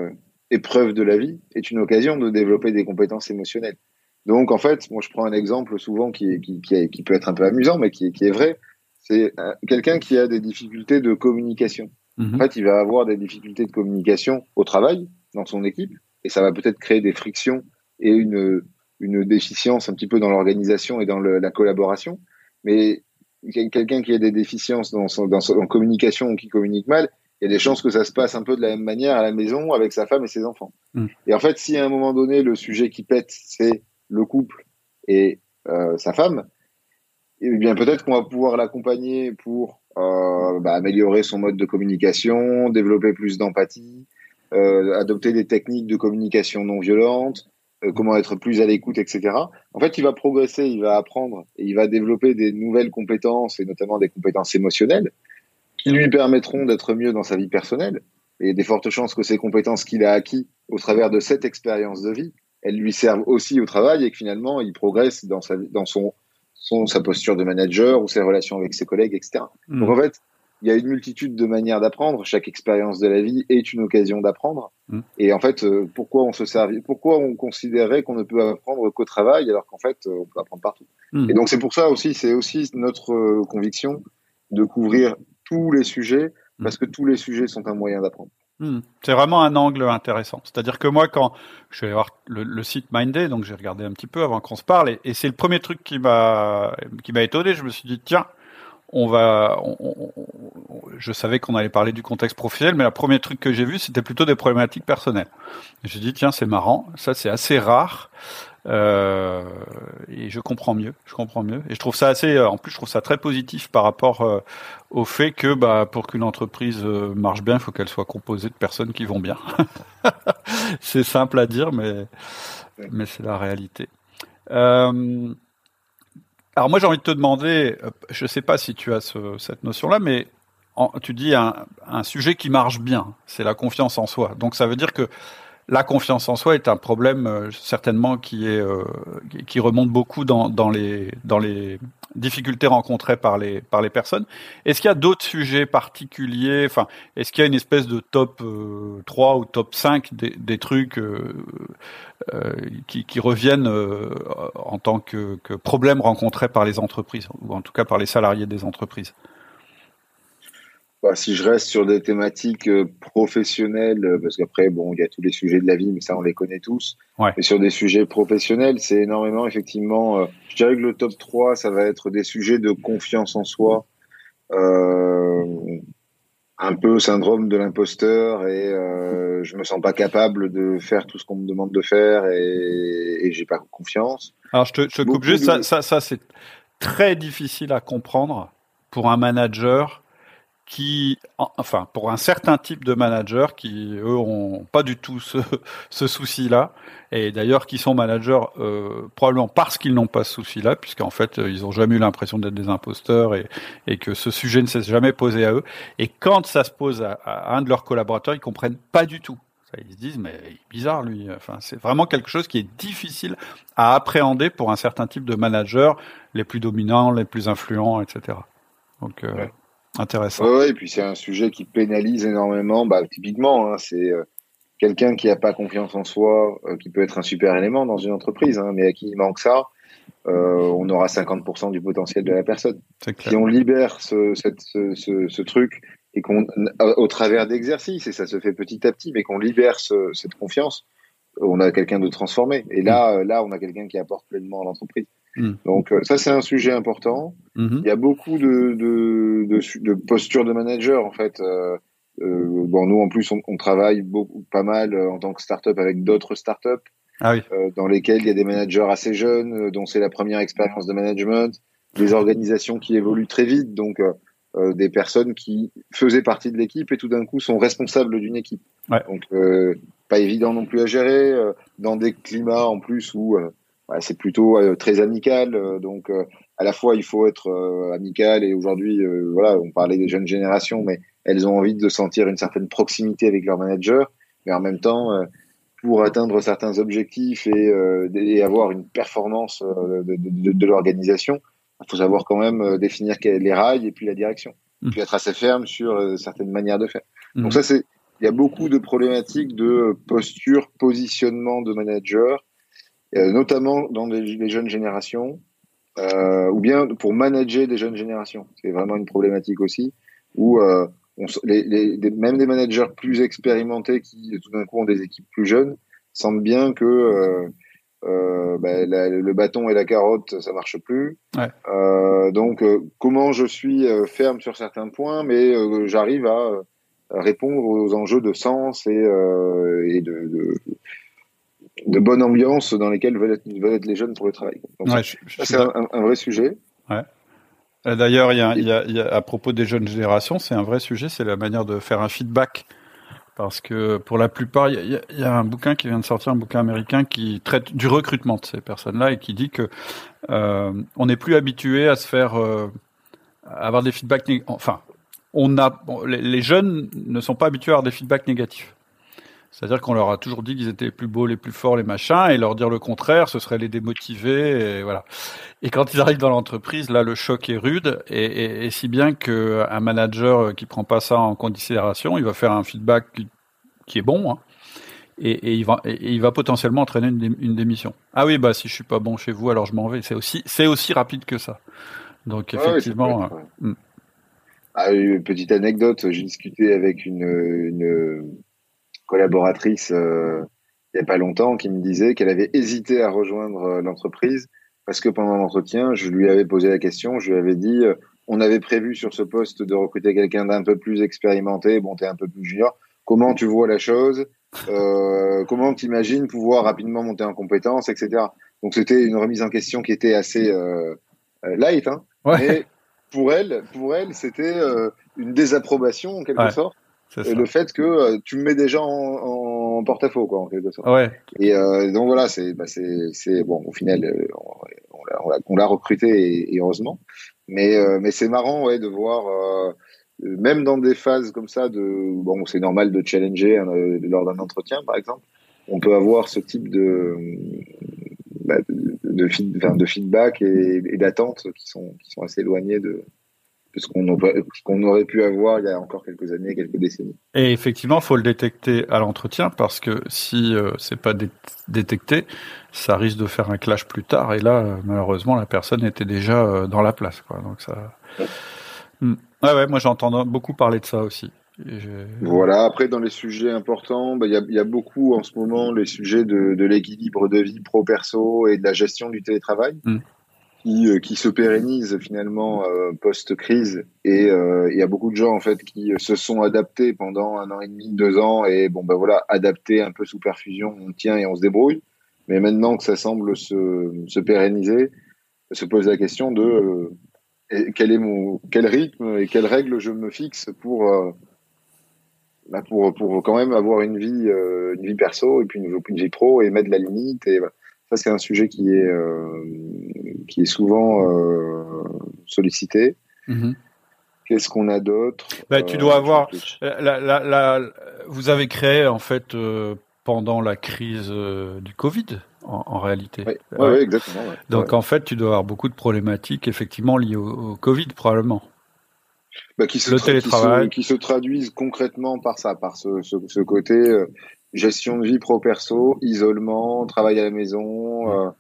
épreuve de la vie est une occasion de développer des compétences émotionnelles. Donc, en fait, moi, je prends un exemple souvent qui, est, qui, qui, est, qui peut être un peu amusant, mais qui, qui est vrai. C'est euh, quelqu'un qui a des difficultés de communication. Mmh. En fait, il va avoir des difficultés de communication au travail, dans son équipe, et ça va peut-être créer des frictions et une, une déficience un petit peu dans l'organisation et dans le, la collaboration. Mais quelqu'un qui a des déficiences dans son, dans son en communication ou qui communique mal, il y a des chances que ça se passe un peu de la même manière à la maison avec sa femme et ses enfants. Mmh. Et en fait, si à un moment donné, le sujet qui pète, c'est le couple et euh, sa femme, eh bien peut-être qu'on va pouvoir l'accompagner pour euh, bah, améliorer son mode de communication, développer plus d'empathie, euh, adopter des techniques de communication non violente, euh, comment être plus à l'écoute, et cetera. En fait, il va progresser, il va apprendre et il va développer des nouvelles compétences et notamment des compétences émotionnelles qui lui permettront d'être mieux dans sa vie personnelle. Et il y a des fortes chances que ces compétences qu'il a acquises au travers de cette expérience de vie, elles lui servent aussi au travail et que finalement, il progresse dans, sa, dans son, son, sa posture de manager ou ses relations avec ses collègues, et cetera. Mmh. Donc en fait, il y a une multitude de manières d'apprendre. Chaque expérience de la vie est une occasion d'apprendre. Mmh. Et en fait, euh, pourquoi on se servit, pourquoi on considérait qu'on ne peut apprendre qu'au travail alors qu'en fait, on peut apprendre partout. Mmh. Et donc c'est pour ça aussi, c'est aussi notre euh, conviction de couvrir tous les sujets parce que tous les sujets sont un moyen d'apprendre. Mmh. C'est vraiment un angle intéressant. C'est-à-dire que moi, quand je suis allé voir le, le site Mindday, donc j'ai regardé un petit peu avant qu'on se parle, et, et c'est le premier truc qui m'a qui m'a étonné. Je me suis dit tiens, on va. On, on, on, je savais qu'on allait parler du contexte professionnel, mais le premier truc que j'ai vu, c'était plutôt des problématiques personnelles. Et j'ai dit tiens, c'est marrant. Ça, c'est assez rare. Euh, et je comprends mieux, je comprends mieux, et je trouve ça assez, en plus je trouve ça très positif par rapport euh, au fait que bah pour qu'une entreprise euh, marche bien, il faut qu'elle soit composée de personnes qui vont bien. C'est simple à dire, mais mais c'est la réalité. Euh, alors moi j'ai envie de te demander, je sais pas si tu as ce, cette notion-là, mais en, tu dis un, un sujet qui marche bien, c'est la confiance en soi. Donc ça veut dire que la confiance en soi est un problème euh, certainement qui est euh, qui remonte beaucoup dans dans les dans les difficultés rencontrées par les par les personnes. Est-ce qu'il y a d'autres sujets particuliers, enfin est-ce qu'il y a une espèce de top euh, trois ou top cinq des, des trucs euh, euh, qui qui reviennent euh, en tant que que problèmes rencontrés par les entreprises ou en tout cas par les salariés des entreprises? Bah, si je reste sur des thématiques euh, professionnelles, euh, parce qu'après, bon, il y a tous les sujets de la vie, mais ça, on les connaît tous. Ouais. Mais sur des sujets professionnels, c'est énormément, effectivement, euh, je dirais que le top trois, ça va être des sujets de confiance en soi, euh, un peu syndrome de l'imposteur et euh, je me sens pas capable de faire tout ce qu'on me demande de faire et, et j'ai pas confiance. Alors, je te, je te coupe juste, de... ça, ça, ça, c'est très difficile à comprendre pour un manager qui, enfin, pour un certain type de managers qui, eux, ont pas du tout ce, ce souci-là, et d'ailleurs qui sont managers euh, probablement parce qu'ils n'ont pas ce souci-là, puisqu'en fait, ils ont jamais eu l'impression d'être des imposteurs et, et que ce sujet ne s'est jamais posé à eux. Et quand ça se pose à, à un de leurs collaborateurs, ils comprennent pas du tout. Ils se disent, mais il est bizarre, lui. Enfin, c'est vraiment quelque chose qui est difficile à appréhender pour un certain type de managers, les plus dominants, les plus influents, et cetera. Donc, euh, ouais. Intéressant. Oui, ouais, et puis c'est un sujet qui pénalise énormément. Bah, typiquement, hein, c'est euh, quelqu'un qui n'a pas confiance en soi, euh, qui peut être un super élément dans une entreprise, hein, mais à qui il manque ça, euh, on aura cinquante pour cent du potentiel de la personne. Si on libère ce, cette, ce, ce, ce truc et qu'on, au travers d'exercices, et ça se fait petit à petit, mais qu'on libère ce, cette confiance, on a quelqu'un de transformé. Et là, mmh. là, on a quelqu'un qui apporte pleinement à l'entreprise. Mmh. Donc ça, c'est un sujet important. Mmh. Il y a beaucoup de, de, de, de postures de manager, en fait. Euh, euh, bon, nous, en plus, on, on travaille beaucoup, pas mal euh, en tant que start-up avec d'autres start-up ah oui. euh, dans lesquelles il y a des managers assez jeunes, euh, dont c'est la première expérience de management, des organisations qui évoluent très vite, donc euh, euh, des personnes qui faisaient partie de l'équipe et tout d'un coup sont responsables d'une équipe. Ouais. Donc, euh, pas évident non plus à gérer, euh, dans des climats en plus où euh, ouais, c'est plutôt euh, très amical, euh, donc euh, à la fois il faut être euh, amical et aujourd'hui, euh, voilà, on parlait des jeunes générations, mais elles ont envie de sentir une certaine proximité avec leur manager, mais en même temps, euh, pour atteindre certains objectifs et, euh, et avoir une performance euh, de, de, de l'organisation, il faut savoir quand même euh, définir les rails et puis la direction, mmh. puis être assez ferme sur euh, certaines manières de faire. Mmh. Donc ça, c'est il y a beaucoup de problématiques de posture, positionnement de manager, euh, notamment dans les, les jeunes générations, euh, ou bien pour manager des jeunes générations. C'est vraiment une problématique aussi, où euh, on, les, les, des, même des managers plus expérimentés qui tout d'un coup ont des équipes plus jeunes sentent bien que euh, euh, bah, la, le bâton et la carotte, ça marche plus. Ouais. Euh, donc, euh, comment je suis euh, ferme sur certains points, mais euh, j'arrive à euh, répondre aux enjeux de sens et, euh, et de, de, de bonne ambiance dans lesquelles veulent être, veulent être les jeunes pour le travail. Donc, ouais, ça, je, je ça c'est un, un vrai sujet. Ouais. D'ailleurs, il y a, il y a, il y a, à propos des jeunes générations, c'est un vrai sujet, c'est la manière de faire un feedback. Parce que pour la plupart, il y a, il y a un bouquin qui vient de sortir, un bouquin américain qui traite du recrutement de ces personnes-là et qui dit que euh, on n'est plus habitué à se faire euh, à avoir des feedbacks. Nég- enfin, on a bon, les, les jeunes ne sont pas habitués à avoir des feedbacks négatifs. C'est-à-dire qu'on leur a toujours dit qu'ils étaient les plus beaux, les plus forts, les machins, et leur dire le contraire, ce serait les démotiver, et voilà. Et quand ils arrivent dans l'entreprise, là, le choc est rude, et, et, et si bien qu'un manager qui prend pas ça en considération, il va faire un feedback qui, qui est bon, hein, et, et, il va, et il va potentiellement entraîner une, dé, une démission. Ah oui, bah si je suis pas bon chez vous, alors je m'en vais. C'est aussi, c'est aussi rapide que ça. Donc effectivement. Ah oui, euh, ah, une petite anecdote, j'ai discuté avec une, une collaboratrice euh, il y a pas longtemps qui me disait qu'elle avait hésité à rejoindre euh, l'entreprise parce que pendant l'entretien, je lui avais posé la question, je lui avais dit euh, on avait prévu sur ce poste de recruter quelqu'un d'un peu plus expérimenté, bon, t'es un peu plus junior, comment tu vois la chose, euh, comment tu imagines pouvoir rapidement monter en compétences, et cetera. Donc c'était une remise en question qui était assez euh, light, hein, ouais. Mais pour elle, pour elle, c'était euh, une désapprobation en quelque ouais, sorte. Le fait que euh, tu me mets déjà en, en porte-à-faux, quoi, en quelque sorte. Ouais. Et euh, donc voilà, c'est, bah, c'est, c'est bon. Au final, euh, on, on, l'a, on l'a recruté et, et heureusement. Mais euh, mais c'est marrant, ouais, de voir. Euh, même dans des phases comme ça, de bon, c'est normal de challenger hein, lors d'un entretien, par exemple. On peut avoir ce type de bah, de, de, feed, enfin, de feedback et, et d'attentes qui sont qui sont assez éloignées de ce qu'on, aurait, ce qu'on aurait pu avoir il y a encore quelques années, quelques décennies. Et effectivement, il faut le détecter à l'entretien parce que si euh, c'est pas dé- détecté, ça risque de faire un clash plus tard. Et là, euh, malheureusement, la personne était déjà euh, dans la place, quoi. Donc ça. Ouais. Hmm. Ouais, ouais. Moi, j'entends beaucoup parler de ça aussi. Voilà. Après, dans les sujets importants, bah, y a, y a beaucoup en ce moment les sujets de, de l'équilibre de vie pro-perso et de la gestion du télétravail. Hmm. Qui, euh, qui se pérennise finalement euh, post-crise et il euh, y a beaucoup de gens en fait qui se sont adaptés pendant un an et demi, deux ans et bon ben voilà, adaptés un peu sous perfusion, on tient et on se débrouille. Mais maintenant que ça semble se, se pérenniser, se pose la question de euh, quel est mon quel rythme et quelles règles je me fixe pour euh, bah pour pour quand même avoir une vie euh, une vie perso et puis une, une vie pro et mettre la limite et voilà. Ça, c'est un sujet qui est, euh, qui est souvent euh, sollicité. Mm-hmm. Qu'est-ce qu'on a d'autre ? Bah, tu dois euh, avoir. La, la, la, vous avez créé, en fait, euh, pendant la crise euh, du Covid, en, en réalité. Oui, ouais, ouais, exactement. Ouais. Donc, ouais. en fait, tu dois avoir beaucoup de problématiques, effectivement, liées au, au Covid, probablement. Bah, qui se, le télétravail. Qui se, qui se traduisent concrètement par ça, par ce, ce, ce côté. Euh, gestion de vie pro-perso, isolement, travail à la maison, euh,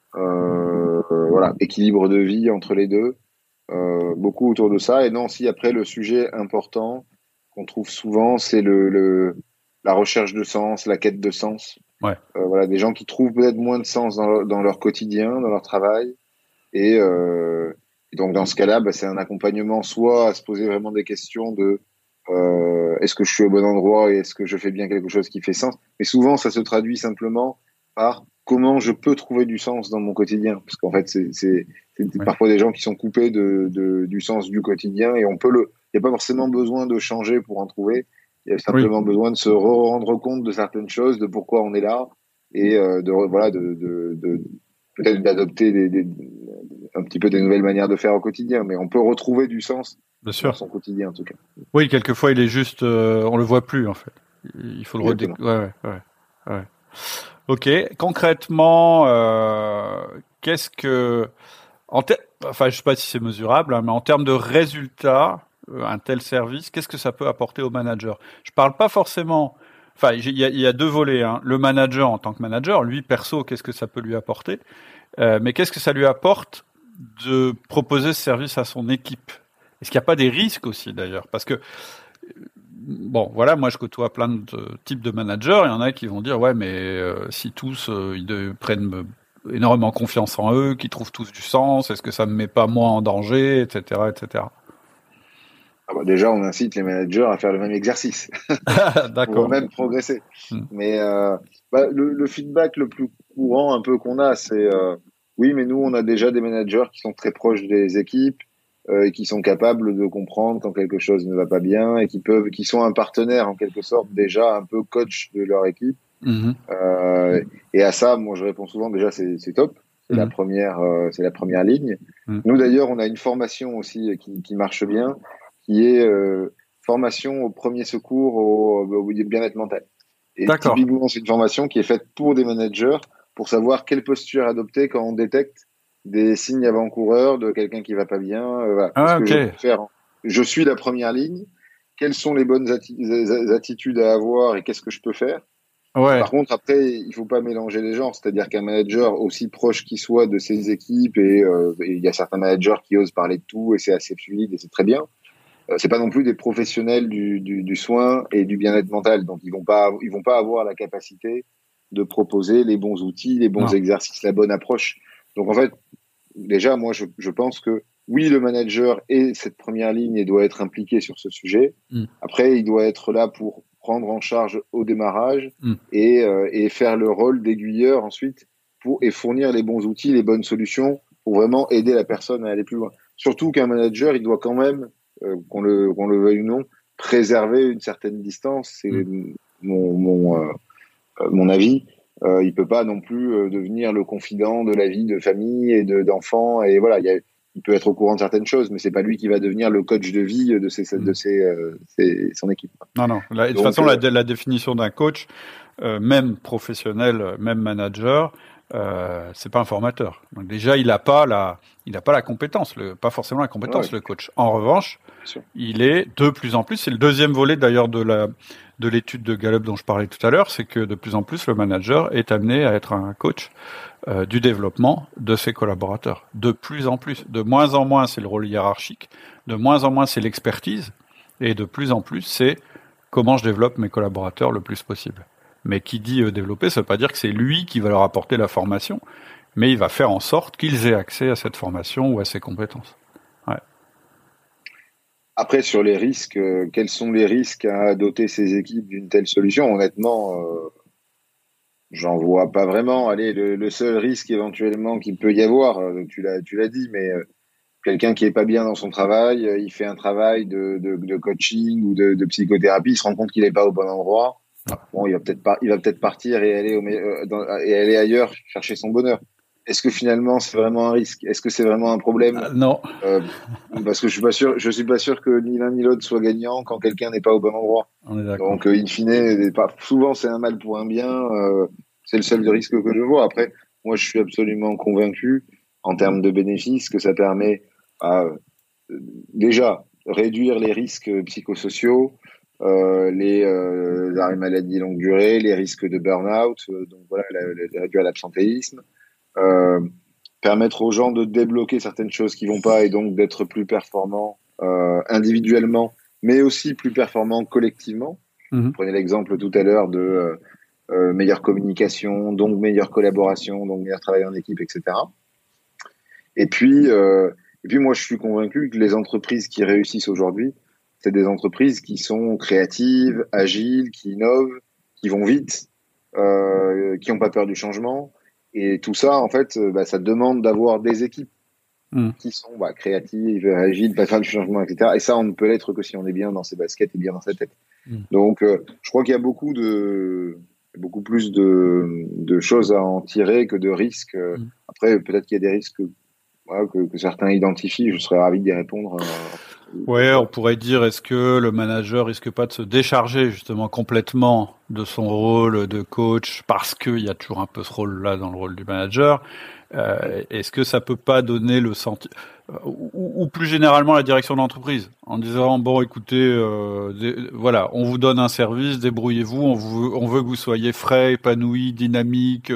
euh, voilà, équilibre de vie entre les deux, euh, beaucoup autour de ça. Et non, si après le sujet important qu'on trouve souvent, c'est le, le la recherche de sens, la quête de sens. Ouais. Euh, voilà, des gens qui trouvent peut-être moins de sens dans leur, dans leur quotidien, dans leur travail. Et, euh, et donc dans ce cas-là, bah, c'est un accompagnement soit à se poser vraiment des questions de Euh, est-ce que je suis au bon endroit et est-ce que je fais bien quelque chose qui fait sens ? Mais souvent, ça se traduit simplement par comment je peux trouver du sens dans mon quotidien. Parce qu'en fait, c'est, c'est, c'est ouais. parfois des gens qui sont coupés de, de, du sens du quotidien et on peut le. Il n'y a pas forcément besoin de changer pour en trouver. Il y a simplement oui. besoin de se rendre compte de certaines choses, de pourquoi on est là et euh, de voilà de, de, de peut-être d'adopter des, des, un petit peu des nouvelles manières de faire au quotidien. Mais on peut retrouver du sens. Bien sûr. Dans son quotidien, en tout cas. Oui, quelquefois, il est juste, euh, on le voit plus, en fait. Il faut le redécouvrir. Ouais, ouais, ouais, ouais. Ok. Concrètement, euh, qu'est-ce que, en ter... enfin, je sais pas si c'est mesurable, hein, mais en termes de résultats, un tel service, qu'est-ce que ça peut apporter au manager? Je parle pas forcément. Enfin, il y a, il y a deux volets. Hein. Le manager en tant que manager, lui perso, qu'est-ce que ça peut lui apporter? euh, Mais qu'est-ce que ça lui apporte de proposer ce service à son équipe? Est-ce qu'il n'y a pas des risques aussi d'ailleurs? Parce que bon, voilà, moi je côtoie plein de types de managers. Il y en a qui vont dire ouais, mais euh, si tous euh, ils de, prennent énormément confiance en eux, qu'ils trouvent tous du sens, est-ce que ça me met pas moi en danger, et cetera, et cetera. Ah bah déjà, on incite les managers à faire le même exercice pour même progresser. Hmm. Mais euh, bah, le, le feedback le plus courant un peu qu'on a, c'est euh, oui, mais nous, on a déjà des managers qui sont très proches des équipes euh, et qui sont capables de comprendre quand quelque chose ne va pas bien et qui peuvent, qui sont un partenaire en quelque sorte déjà un peu coach de leur équipe. Mmh. Euh, et à ça, moi, je réponds souvent déjà, c'est, c'est top. C'est mmh. la première, euh, c'est la première ligne. Mmh. Nous, d'ailleurs, on a une formation aussi qui, qui marche bien, qui est euh, formation au premier secours au, au bien-être mental. Et D'accord. typiquement, c'est une formation qui est faite pour des managers pour savoir quelle posture adopter quand on détecte des signes avant-coureurs de quelqu'un qui va pas bien. Euh, voilà. Ah, Qu'est-ce okay. que je peux faire ? Je suis la première ligne. Quelles sont les bonnes atti- attitudes à avoir et qu'est-ce que je peux faire ? Ouais. Par contre, après, il faut pas mélanger les genres. C'est-à-dire qu'un manager, aussi proche qu'il soit de ses équipes, et euh, il y a certains managers qui osent parler de tout et c'est assez fluide et c'est très bien. Euh, c'est pas non plus des professionnels du, du, du soin et du bien-être mental. Donc, ils vont pas, ils vont pas avoir la capacité de proposer les bons outils, les bons non. exercices, la bonne approche. Donc, en fait, déjà, moi, je, je pense que oui, le manager est cette première ligne et doit être impliqué sur ce sujet. Mm. Après, il doit être là pour prendre en charge au démarrage mm. et, euh, et faire le rôle d'aiguilleur ensuite pour, et fournir les bons outils, les bonnes solutions pour vraiment aider la personne à aller plus loin. Surtout qu'un manager, il doit quand même, euh, qu'on le, qu'on le veuille ou non, préserver une certaine distance. C'est mm. mon, mon, euh, mon avis. Euh, il peut pas non plus euh, devenir le confident de la vie de famille et de, d'enfants. Et voilà, il y a, il peut être au courant de certaines choses, mais c'est pas lui qui va devenir le coach de vie de ses, de ses, euh, ses son équipe. Non, non. La, de toute façon, euh, la, la définition d'un coach, euh, même professionnel, même manager, euh, c'est pas un formateur. Donc déjà, il a pas la, il a pas la compétence, le, pas forcément la compétence, ouais. le coach. En revanche, il est de plus en plus. C'est le deuxième volet d'ailleurs de la, de l'étude de Gallup dont je parlais tout à l'heure, c'est que de plus en plus le manager est amené à être un coach. Euh, du développement de ses collaborateurs. De plus en plus. De moins en moins, c'est le rôle hiérarchique. De moins en moins, c'est l'expertise. Et de plus en plus, c'est comment je développe mes collaborateurs le plus possible. Mais qui dit euh, développer, ça ne veut pas dire que c'est lui qui va leur apporter la formation, mais il va faire en sorte qu'ils aient accès à cette formation ou à ces compétences. Ouais. Après, sur les risques, euh, quels sont les risques à doter ces équipes d'une telle solution ? Honnêtement... Euh... J'en vois pas vraiment. Allez, le, le seul risque éventuellement qu'il peut y avoir, euh, tu l'as, tu l'as dit, mais euh, quelqu'un qui est pas bien dans son travail, euh, il fait un travail de, de, de coaching ou de, de psychothérapie, il se rend compte qu'il est pas au bon endroit. Bon, il va peut-être pas, il va peut-être partir et aller au, euh, dans, et aller ailleurs chercher son bonheur. Est-ce que finalement c'est vraiment un risque ? Est-ce que c'est vraiment un problème ? euh, Non. Euh, parce que je suis pas sûr, je suis pas sûr que ni l'un ni l'autre soit gagnant quand quelqu'un n'est pas au bon endroit. On est d'accord. Donc, euh, in fine, pas, souvent c'est un mal pour un bien. Euh, c'est le seul risque que je vois. Après, moi, je suis absolument convaincu en termes de bénéfices que ça permet à euh, déjà réduire les risques psychosociaux, euh, les euh, arrêts maladie longue durée, les risques de burn-out, euh, donc voilà, la, la, réduire l'absentéisme. Euh, permettre aux gens de débloquer certaines choses qui vont pas et donc d'être plus performants euh, individuellement, mais aussi plus performants collectivement. Mmh. Vous prenez l'exemple tout à l'heure de euh, euh, meilleure communication, donc meilleure collaboration, donc meilleur travail en équipe, et cetera. Et puis, euh, et puis moi, je suis convaincu que les entreprises qui réussissent aujourd'hui, c'est des entreprises qui sont créatives, agiles, qui innovent, qui vont vite, euh, qui n'ont pas peur du changement. Et tout ça, en fait, bah, ça demande d'avoir des équipes mmh. qui sont bah, créatives, agiles, pas faire du changement, et cetera. Et ça, on ne peut l'être que si on est bien dans ses baskets et bien dans sa tête. Mmh. Donc, euh, je crois qu'il y a beaucoup de, beaucoup plus de, de choses à en tirer que de risques. Mmh. Après, peut-être qu'il y a des risques voilà, que, que certains identifient. Je serais ravi d'y répondre. Euh, Ouais, on pourrait dire, est-ce que le manager risque pas de se décharger justement complètement de son rôle de coach parce qu'il y a toujours un peu ce rôle-là dans le rôle du manager, Euh, est-ce que ça peut pas donner le sentiment, ou, ou plus généralement la direction de l'entreprise, en disant bon, écoutez, euh, des, voilà, on vous donne un service, débrouillez-vous, on, vous, on veut que vous soyez frais, épanoui, dynamique,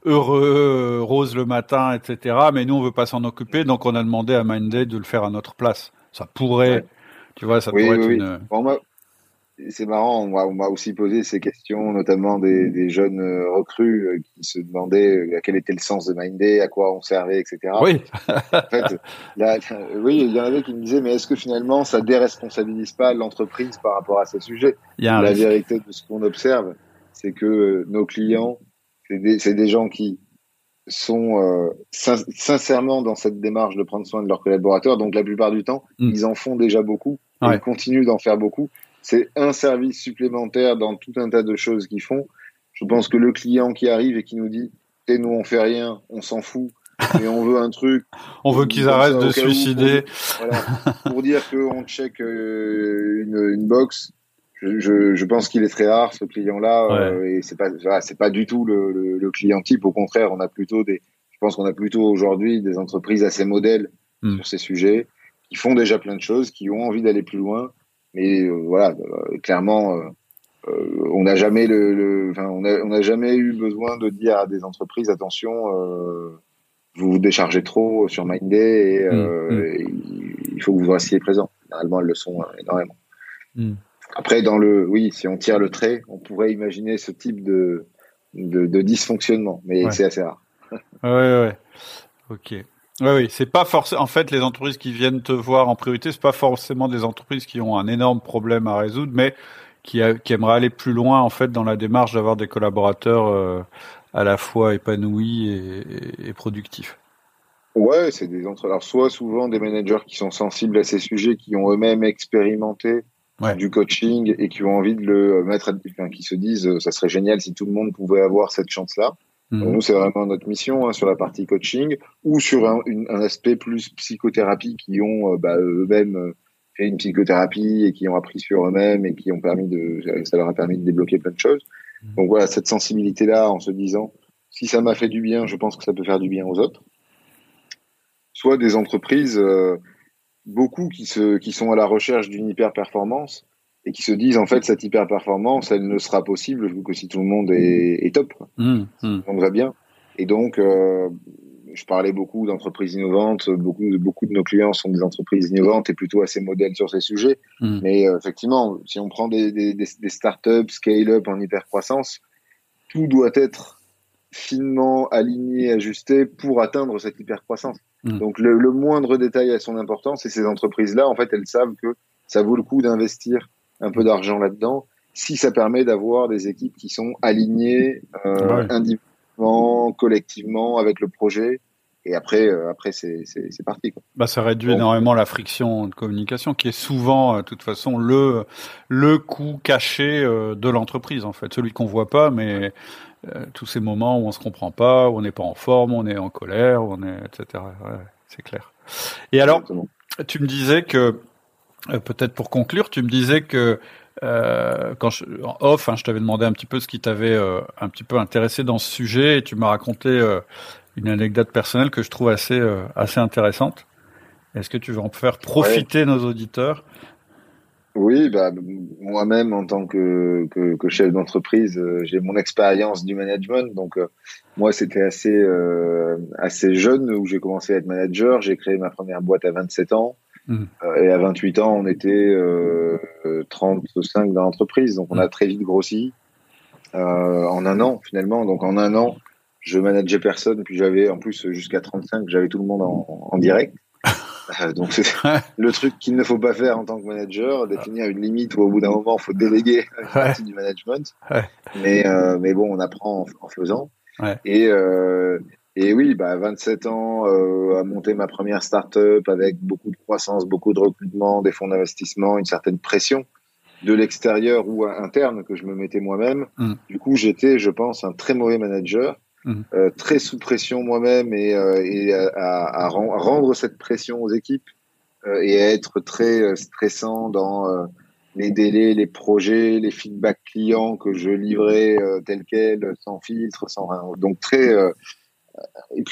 heureux, rose le matin, et cetera. Mais nous, on veut pas s'en occuper, donc on a demandé à Mindday de le faire à notre place. Ça pourrait, ouais. tu vois, ça oui, pourrait oui, être oui. une. Bon, moi, c'est marrant, on m'a, on m'a aussi posé ces questions, notamment des, des jeunes recrues qui se demandaient à quel était le sens de Mindday, à quoi on servait, et cetera. Oui. En fait, là, oui, il y en avait qui me disaient, mais est-ce que finalement, ça déresponsabilise pas l'entreprise par rapport à ces sujets? La risque. Vérité de ce qu'on observe, c'est que nos clients, c'est des, c'est des gens qui sont euh, sin- sincèrement dans cette démarche de prendre soin de leurs collaborateurs. Donc, la plupart du temps, mm. ils en font déjà beaucoup. Et ouais. Ils continuent d'en faire beaucoup. C'est un service supplémentaire dans tout un tas de choses qu'ils font. Je pense que le client qui arrive et qui nous dit « nous, on fait rien, on s'en fout, mais on veut un truc… » On veut qu'ils arrêtent de se suicider. Pour, voilà, pour dire qu'on check euh, une, une box, je, je, je pense qu'il est très rare, ce client-là. Ouais. Euh, et c'est pas, voilà, c'est pas du tout le, le, le client type. Au contraire, on a plutôt des… Je pense qu'on a plutôt aujourd'hui des entreprises assez modèles mm. sur ces sujets, qui font déjà plein de choses, qui ont envie d'aller plus loin. Mais euh, voilà, euh, clairement, euh, euh, on n'a jamais le, le, enfin, on a, on n'a jamais eu besoin de dire à des entreprises attention, euh, vous vous déchargez trop sur Mindday et, euh, mmh. et il faut que vous restiez présent. Généralement, elles le sont euh, énormément. Mmh. Après, dans le, oui, si on tire le trait, on pourrait imaginer ce type de de, de dysfonctionnement, mais ouais. c'est assez rare. Ouais, ouais, ok. Oui, oui, c'est pas forcément. En fait, les entreprises qui viennent te voir en priorité, c'est pas forcément des entreprises qui ont un énorme problème à résoudre, mais qui, a, qui aimeraient aller plus loin en fait dans la démarche d'avoir des collaborateurs euh, à la fois épanouis et, et, et productifs. Ouais, c'est des entre. Alors soit souvent des managers qui sont sensibles à ces sujets, qui ont eux-mêmes expérimenté ouais. du coaching et qui ont envie de le mettre, à... enfin, qui se disent, ça serait génial si tout le monde pouvait avoir cette chance-là. Mmh. Nous, c'est vraiment notre mission hein, sur la partie coaching ou sur un, une, un aspect plus psychothérapie qui ont euh, bah, eux-mêmes euh, fait une psychothérapie et qui ont appris sur eux-mêmes et qui ont permis de, ça leur a permis de débloquer plein de choses. Mmh. Donc voilà, cette sensibilité-là en se disant, si ça m'a fait du bien, je pense que ça peut faire du bien aux autres. Soit des entreprises, euh, beaucoup qui se, qui sont à la recherche d'une hyper-performance et qui se disent en fait cette hyper-performance elle ne sera possible que si tout le monde est, est top, mmh, mmh. Si tout le monde va bien. Et donc euh, je parlais beaucoup d'entreprises innovantes, beaucoup, beaucoup de nos clients sont des entreprises innovantes et plutôt assez modèles sur ces sujets, mmh. mais euh, effectivement si on prend des, des, des, des startups scale-up en hyper-croissance, tout doit être finement aligné, ajusté pour atteindre cette hyper-croissance. Mmh. Donc le, le moindre détail a son importance et ces entreprises-là en fait elles savent que ça vaut le coup d'investir un peu d'argent là-dedans, si ça permet d'avoir des équipes qui sont alignées euh, ouais. individuellement, collectivement avec le projet. Et après, euh, après c'est, c'est, c'est parti, quoi. Bah, ça réduit Donc, énormément la friction de communication, qui est souvent, de toute façon, le le coût caché euh, de l'entreprise, en fait, celui qu'on voit pas, mais euh, tous ces moments où on se comprend pas, où on n'est pas en forme, où on est en colère, où on est, et cetera. Ouais, c'est clair. Et alors, Exactement. Tu me disais que Euh, peut-être pour conclure, tu me disais que euh, quand je, en off, hein, je t'avais demandé un petit peu ce qui t'avait euh, un petit peu intéressé dans ce sujet, et tu m'as raconté euh, une anecdote personnelle que je trouve assez euh, assez intéressante. Est-ce que tu veux en faire profiter ouais. nos auditeurs? Oui, bah moi-même en tant que que, que chef d'entreprise, euh, j'ai mon expérience du management, donc euh, moi c'était assez euh, assez jeune où j'ai commencé à être manager. J'ai créé ma première boîte à vingt-sept ans. Mmh. Et à vingt-huit ans, on était euh, trente-cinq dans l'entreprise, donc on a très vite grossi euh, en un an finalement. Donc en un an, je manageais personne, puis j'avais en plus jusqu'à trente-cinq, j'avais tout le monde en, en direct. Euh, donc c'est le truc qu'il ne faut pas faire en tant que manager, définir une limite où au bout d'un moment, il faut déléguer une partie du management. Ouais. Mais euh, mais bon, on apprend en, en faisant. Ouais. Et euh, Et oui, bah, vingt-sept ans, euh, à monter ma première start-up avec beaucoup de croissance, beaucoup de recrutement, des fonds d'investissement, une certaine pression de l'extérieur ou interne que je me mettais moi-même. Mmh. Du coup, j'étais, je pense, un très mauvais manager, mmh. euh, très sous pression moi-même et, euh, et à, à, à rendre cette pression aux équipes euh, et à être très stressant dans euh, les délais, les projets, les feedbacks clients que je livrais euh, tels quels, sans filtre, sans rien. Donc très... Euh, Et puis,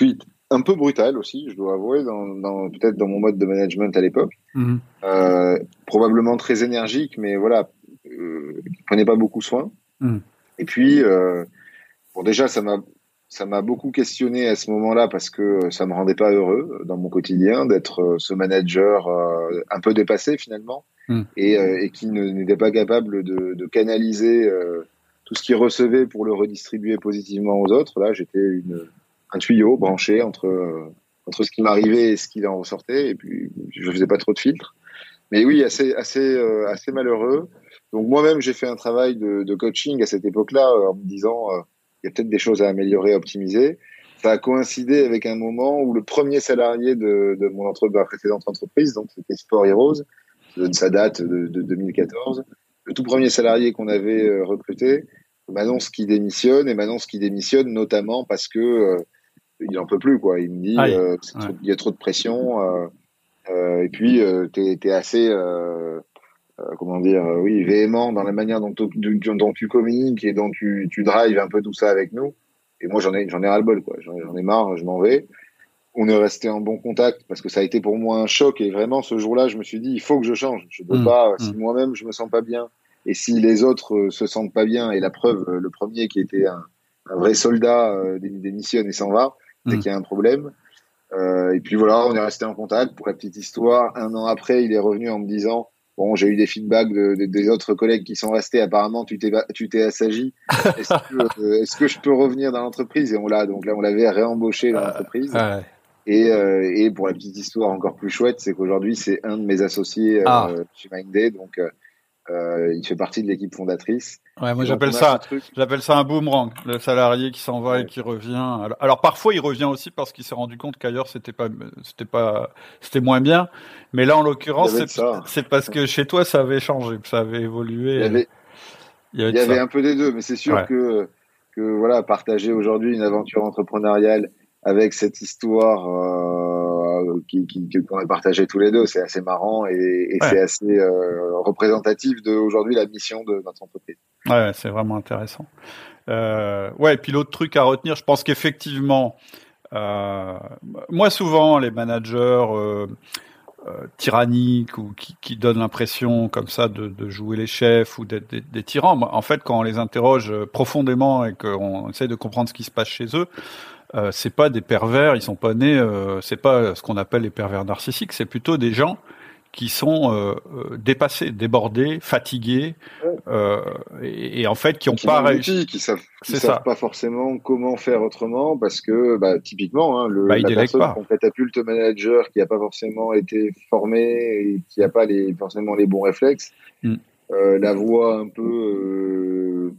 un peu brutal aussi, je dois avouer, dans, dans, peut-être dans mon mode de management à l'époque. Mmh. Euh, probablement très énergique, mais voilà, euh, qui prenait pas beaucoup soin. Mmh. Et puis, euh, bon, déjà, ça m'a, ça m'a beaucoup questionné à ce moment-là parce que ça me rendait pas heureux dans mon quotidien d'être ce manager euh, un peu dépassé finalement mmh. et, euh, et qui ne, n'était pas capable de, de canaliser euh, tout ce qu'il recevait pour le redistribuer positivement aux autres. Là, j'étais une, un tuyau branché entre, euh, entre ce qui m'arrivait et ce qui en ressortait, et puis je faisais pas trop de filtres. Mais oui, assez, assez, euh, assez malheureux. Donc moi-même, j'ai fait un travail de, de coaching à cette époque-là euh, en me disant euh, il y a peut-être des choses à améliorer, à optimiser. Ça a coïncidé avec un moment où le premier salarié de, de mon entre, de ma précédente entreprise, donc c'était Sport Heroes, ça date de, de deux mille quatorze, le tout premier salarié qu'on avait euh, recruté m'annonce qu'il démissionne et m'annonce qu'il démissionne notamment parce que euh, il en peut plus, quoi. Il me dit Aïe. euh, Ouais. trop, il y a trop de pression euh, euh, et puis euh, t'es, t'es assez euh, euh, comment dire euh, oui véhément dans la manière dont, dont tu communiques et dont tu, tu drives un peu tout ça avec nous. Et moi j'en ai j'en ai ras le bol, quoi. J'en, j'en ai marre, je m'en vais. On est resté en bon contact parce que ça a été pour moi un choc et vraiment ce jour-là je me suis dit il faut que je change. Je peux mmh. pas mmh. si moi-même je me sens pas bien et si les autres euh, se sentent pas bien, et la preuve, euh, le premier qui était un, un vrai soldat euh, démissionne et s'en va, c'est mmh. qu'il y a un problème. Euh, et puis voilà, on est resté en contact. Pour la petite histoire, un an après, il est revenu en me disant bon, j'ai eu des feedbacks de, de, des autres collègues qui sont restés. Apparemment, tu t'es tu t'es assagi. Est-ce que euh, est-ce que je peux revenir dans l'entreprise? Et on l'a donc là, on l'avait réembauché dans l'entreprise. Euh, ouais. Et, euh, et pour la petite histoire encore plus chouette, c'est qu'aujourd'hui, c'est un de mes associés euh, ah. chez Mindday, donc euh, il fait partie de l'équipe fondatrice. Ouais, moi j'appelle ça, j'appelle ça un boomerang, le salarié qui s'en va ouais. et qui revient. Alors, alors parfois il revient aussi parce qu'il s'est rendu compte qu'ailleurs c'était pas, c'était pas, c'était moins bien. Mais là en l'occurrence c'est, c'est parce que chez toi ça avait changé, ça avait évolué. Il y avait, il y avait, il y avait un peu des deux, mais c'est sûr ouais. que que voilà, partager aujourd'hui une aventure entrepreneuriale avec cette histoire euh, qui, qui, qu'on a partagé tous les deux, c'est assez marrant et, et ouais. c'est assez euh, représentatif de aujourd'hui la mission de notre entreprise. Ouais, c'est vraiment intéressant. Euh, ouais, et puis l'autre truc à retenir, je pense qu'effectivement, euh, moi souvent les managers euh, euh, tyranniques ou qui, qui donnent l'impression comme ça de, de jouer les chefs ou d'être des, des tyrans, moi, en fait, quand on les interroge profondément et qu'on essaie de comprendre ce qui se passe chez eux, Euh, c'est pas des pervers, ils sont pas nés, euh, c'est pas ce qu'on appelle les pervers narcissiques, c'est plutôt des gens qui sont euh, euh, dépassés, débordés, fatigués, euh, et, et en fait qui ont qui pas réussi, qui savent, qui savent pas forcément comment faire autrement parce que bah, typiquement hein, le, bah, la personne qu'on catapulte manager qui a pas forcément été formé et qui a pas les forcément les bons réflexes, mm. euh, la voie un peu euh,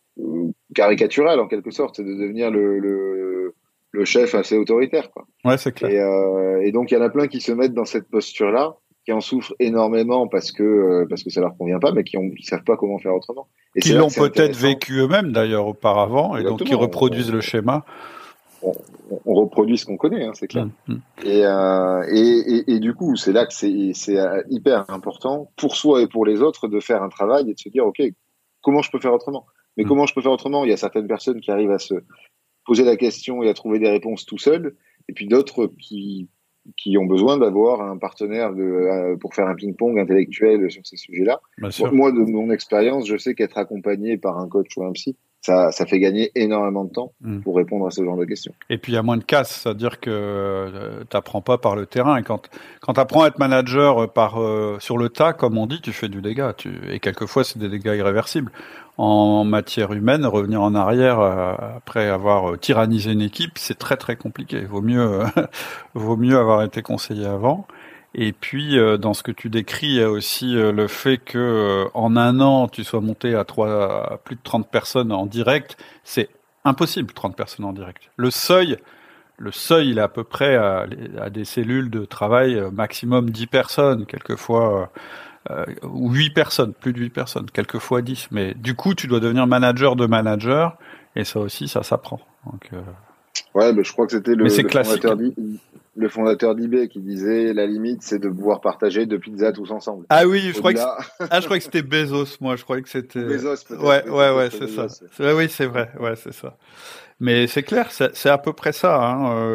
caricaturale en quelque sorte, c'est de devenir le, le, le chef assez autoritaire, quoi. Ouais, c'est clair. Et, euh, et donc il y en a plein qui se mettent dans cette posture-là, qui en souffrent énormément parce que euh, parce que ça leur convient pas, mais qui ont qui savent pas comment faire autrement. Et qui l'ont peut-être vécu eux-mêmes d'ailleurs auparavant, et Exactement. donc qui reproduisent on, le schéma. On, on reproduit ce qu'on connaît, hein, c'est clair. Mmh, mmh. Et, euh, et, et et du coup, c'est là que c'est c'est hyper important pour soi et pour les autres de faire un travail et de se dire ok, comment je peux faire autrement. Mais mmh. comment je peux faire autrement? Il y a certaines personnes qui arrivent à se poser la question et à trouver des réponses tout seuls, et puis d'autres qui qui ont besoin d'avoir un partenaire de, euh, pour faire un ping-pong intellectuel sur ces sujets-là. Moi, de mon expérience, je sais qu'être accompagné par un coach ou un psy, ça, ça fait gagner énormément de temps mmh. pour répondre à ce genre de questions. Et puis il y a moins de casse, c'est-à-dire que euh, t'apprends pas par le terrain. Et quand quand t'apprends à être manager par euh, sur le tas, comme on dit, tu fais du dégât. Tu, et quelquefois c'est des dégâts irréversibles. En matière humaine, revenir en arrière euh, après avoir euh, tyrannisé une équipe, c'est très très compliqué. Vaut mieux euh, vaut mieux avoir été conseillé avant. Et puis euh, dans ce que tu décris, il y a aussi euh, le fait que euh, en un an tu sois monté à trois à plus de trente personnes en direct, c'est impossible trente personnes en direct. Le seuil le seuil il est à peu près à, à des cellules de travail maximum dix personnes, quelquefois euh, ou huit personnes, plus de huit personnes, quelquefois dix, mais du coup tu dois devenir manager de manager, et ça aussi ça s'apprend. Donc euh... Ouais, mais je crois que c'était le, le fondateur d'I, le fondateur d'I B qui disait la limite c'est de pouvoir partager deux pizzas tous ensemble. Ah oui, je crois que ah je crois que c'était Bezos, moi je croyais que c'était Bezos peut-être. Ouais, Bezos, ouais, ouais, c'est Bezos, ça. Ouais. Oui, c'est vrai, ouais, c'est ça. Mais c'est clair, c'est, c'est à peu près ça. Hein. Euh,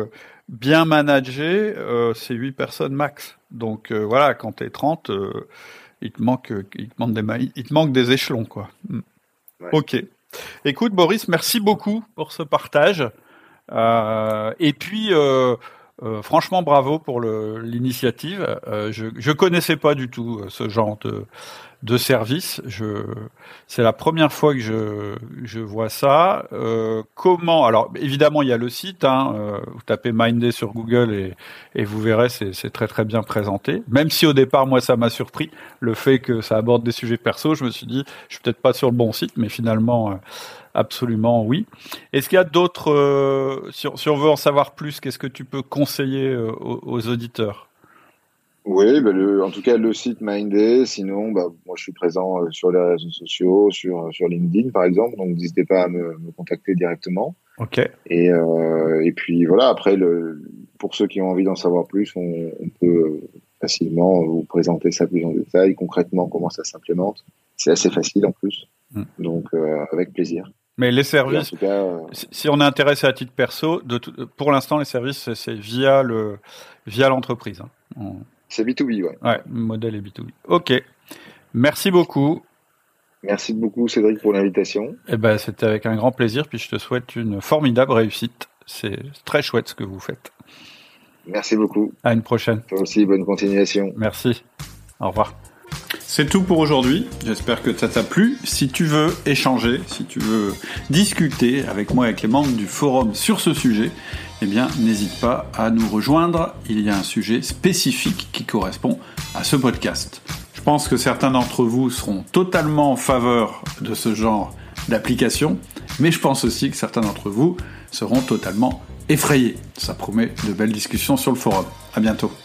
bien managé, euh, c'est huit personnes max. Donc euh, voilà, quand t'es trente, euh, il te manque, il te manque des, ma- il te manque des échelons, quoi. Mm. Ouais. Ok. Écoute, Boris, merci beaucoup pour ce partage. Euh, et puis, euh, euh, franchement, bravo pour le, l'initiative. Euh, je je connaissais pas du tout euh, ce genre de de service. Je, c'est la première fois que je je vois ça. Euh, comment? Alors, évidemment, il y a le site. Hein, euh, vous tapez Mindday sur Google et et vous verrez, c'est c'est très très bien présenté. Même si au départ, moi, ça m'a surpris le fait que ça aborde des sujets perso. Je me suis dit, je suis peut-être pas sur le bon site, mais finalement. Euh, Absolument, oui. Est-ce qu'il y a d'autres, euh, si, on, si on veut en savoir plus, qu'est-ce que tu peux conseiller euh, aux, aux auditeurs? Oui, bah le, en tout cas, le site Mindday. Sinon, bah, moi, je suis présent euh, sur les réseaux sociaux, sur, sur LinkedIn, par exemple. Donc, n'hésitez pas à me, me contacter directement. Ok. Et, euh, et puis, voilà, après, le, pour ceux qui ont envie d'en savoir plus, on, on peut facilement vous présenter ça plus en détail, concrètement, comment ça s'implémente. C'est assez facile, en plus. Mm. Donc, euh, avec plaisir. Mais les services, en tout cas, euh... si on est intéressé à titre perso, de tout, pour l'instant, les services, c'est, c'est via le, via l'entreprise. Hein. On... C'est B deux B, ouais. Ouais, le modèle est B deux B. Ok. Merci beaucoup. Merci beaucoup, Cédric, pour l'invitation. Eh ben, c'était avec un grand plaisir, puis je te souhaite une formidable réussite. C'est très chouette ce que vous faites. Merci beaucoup. À une prochaine. Toi aussi, bonne continuation. Merci. Au revoir. C'est tout pour aujourd'hui. J'espère que ça t'a plu. Si tu veux échanger, si tu veux discuter avec moi et avec les membres du forum sur ce sujet, eh bien, n'hésite pas à nous rejoindre. Il y a un sujet spécifique qui correspond à ce podcast. Je pense que certains d'entre vous seront totalement en faveur de ce genre d'application, mais je pense aussi que certains d'entre vous seront totalement effrayés. Ça promet de belles discussions sur le forum. À bientôt.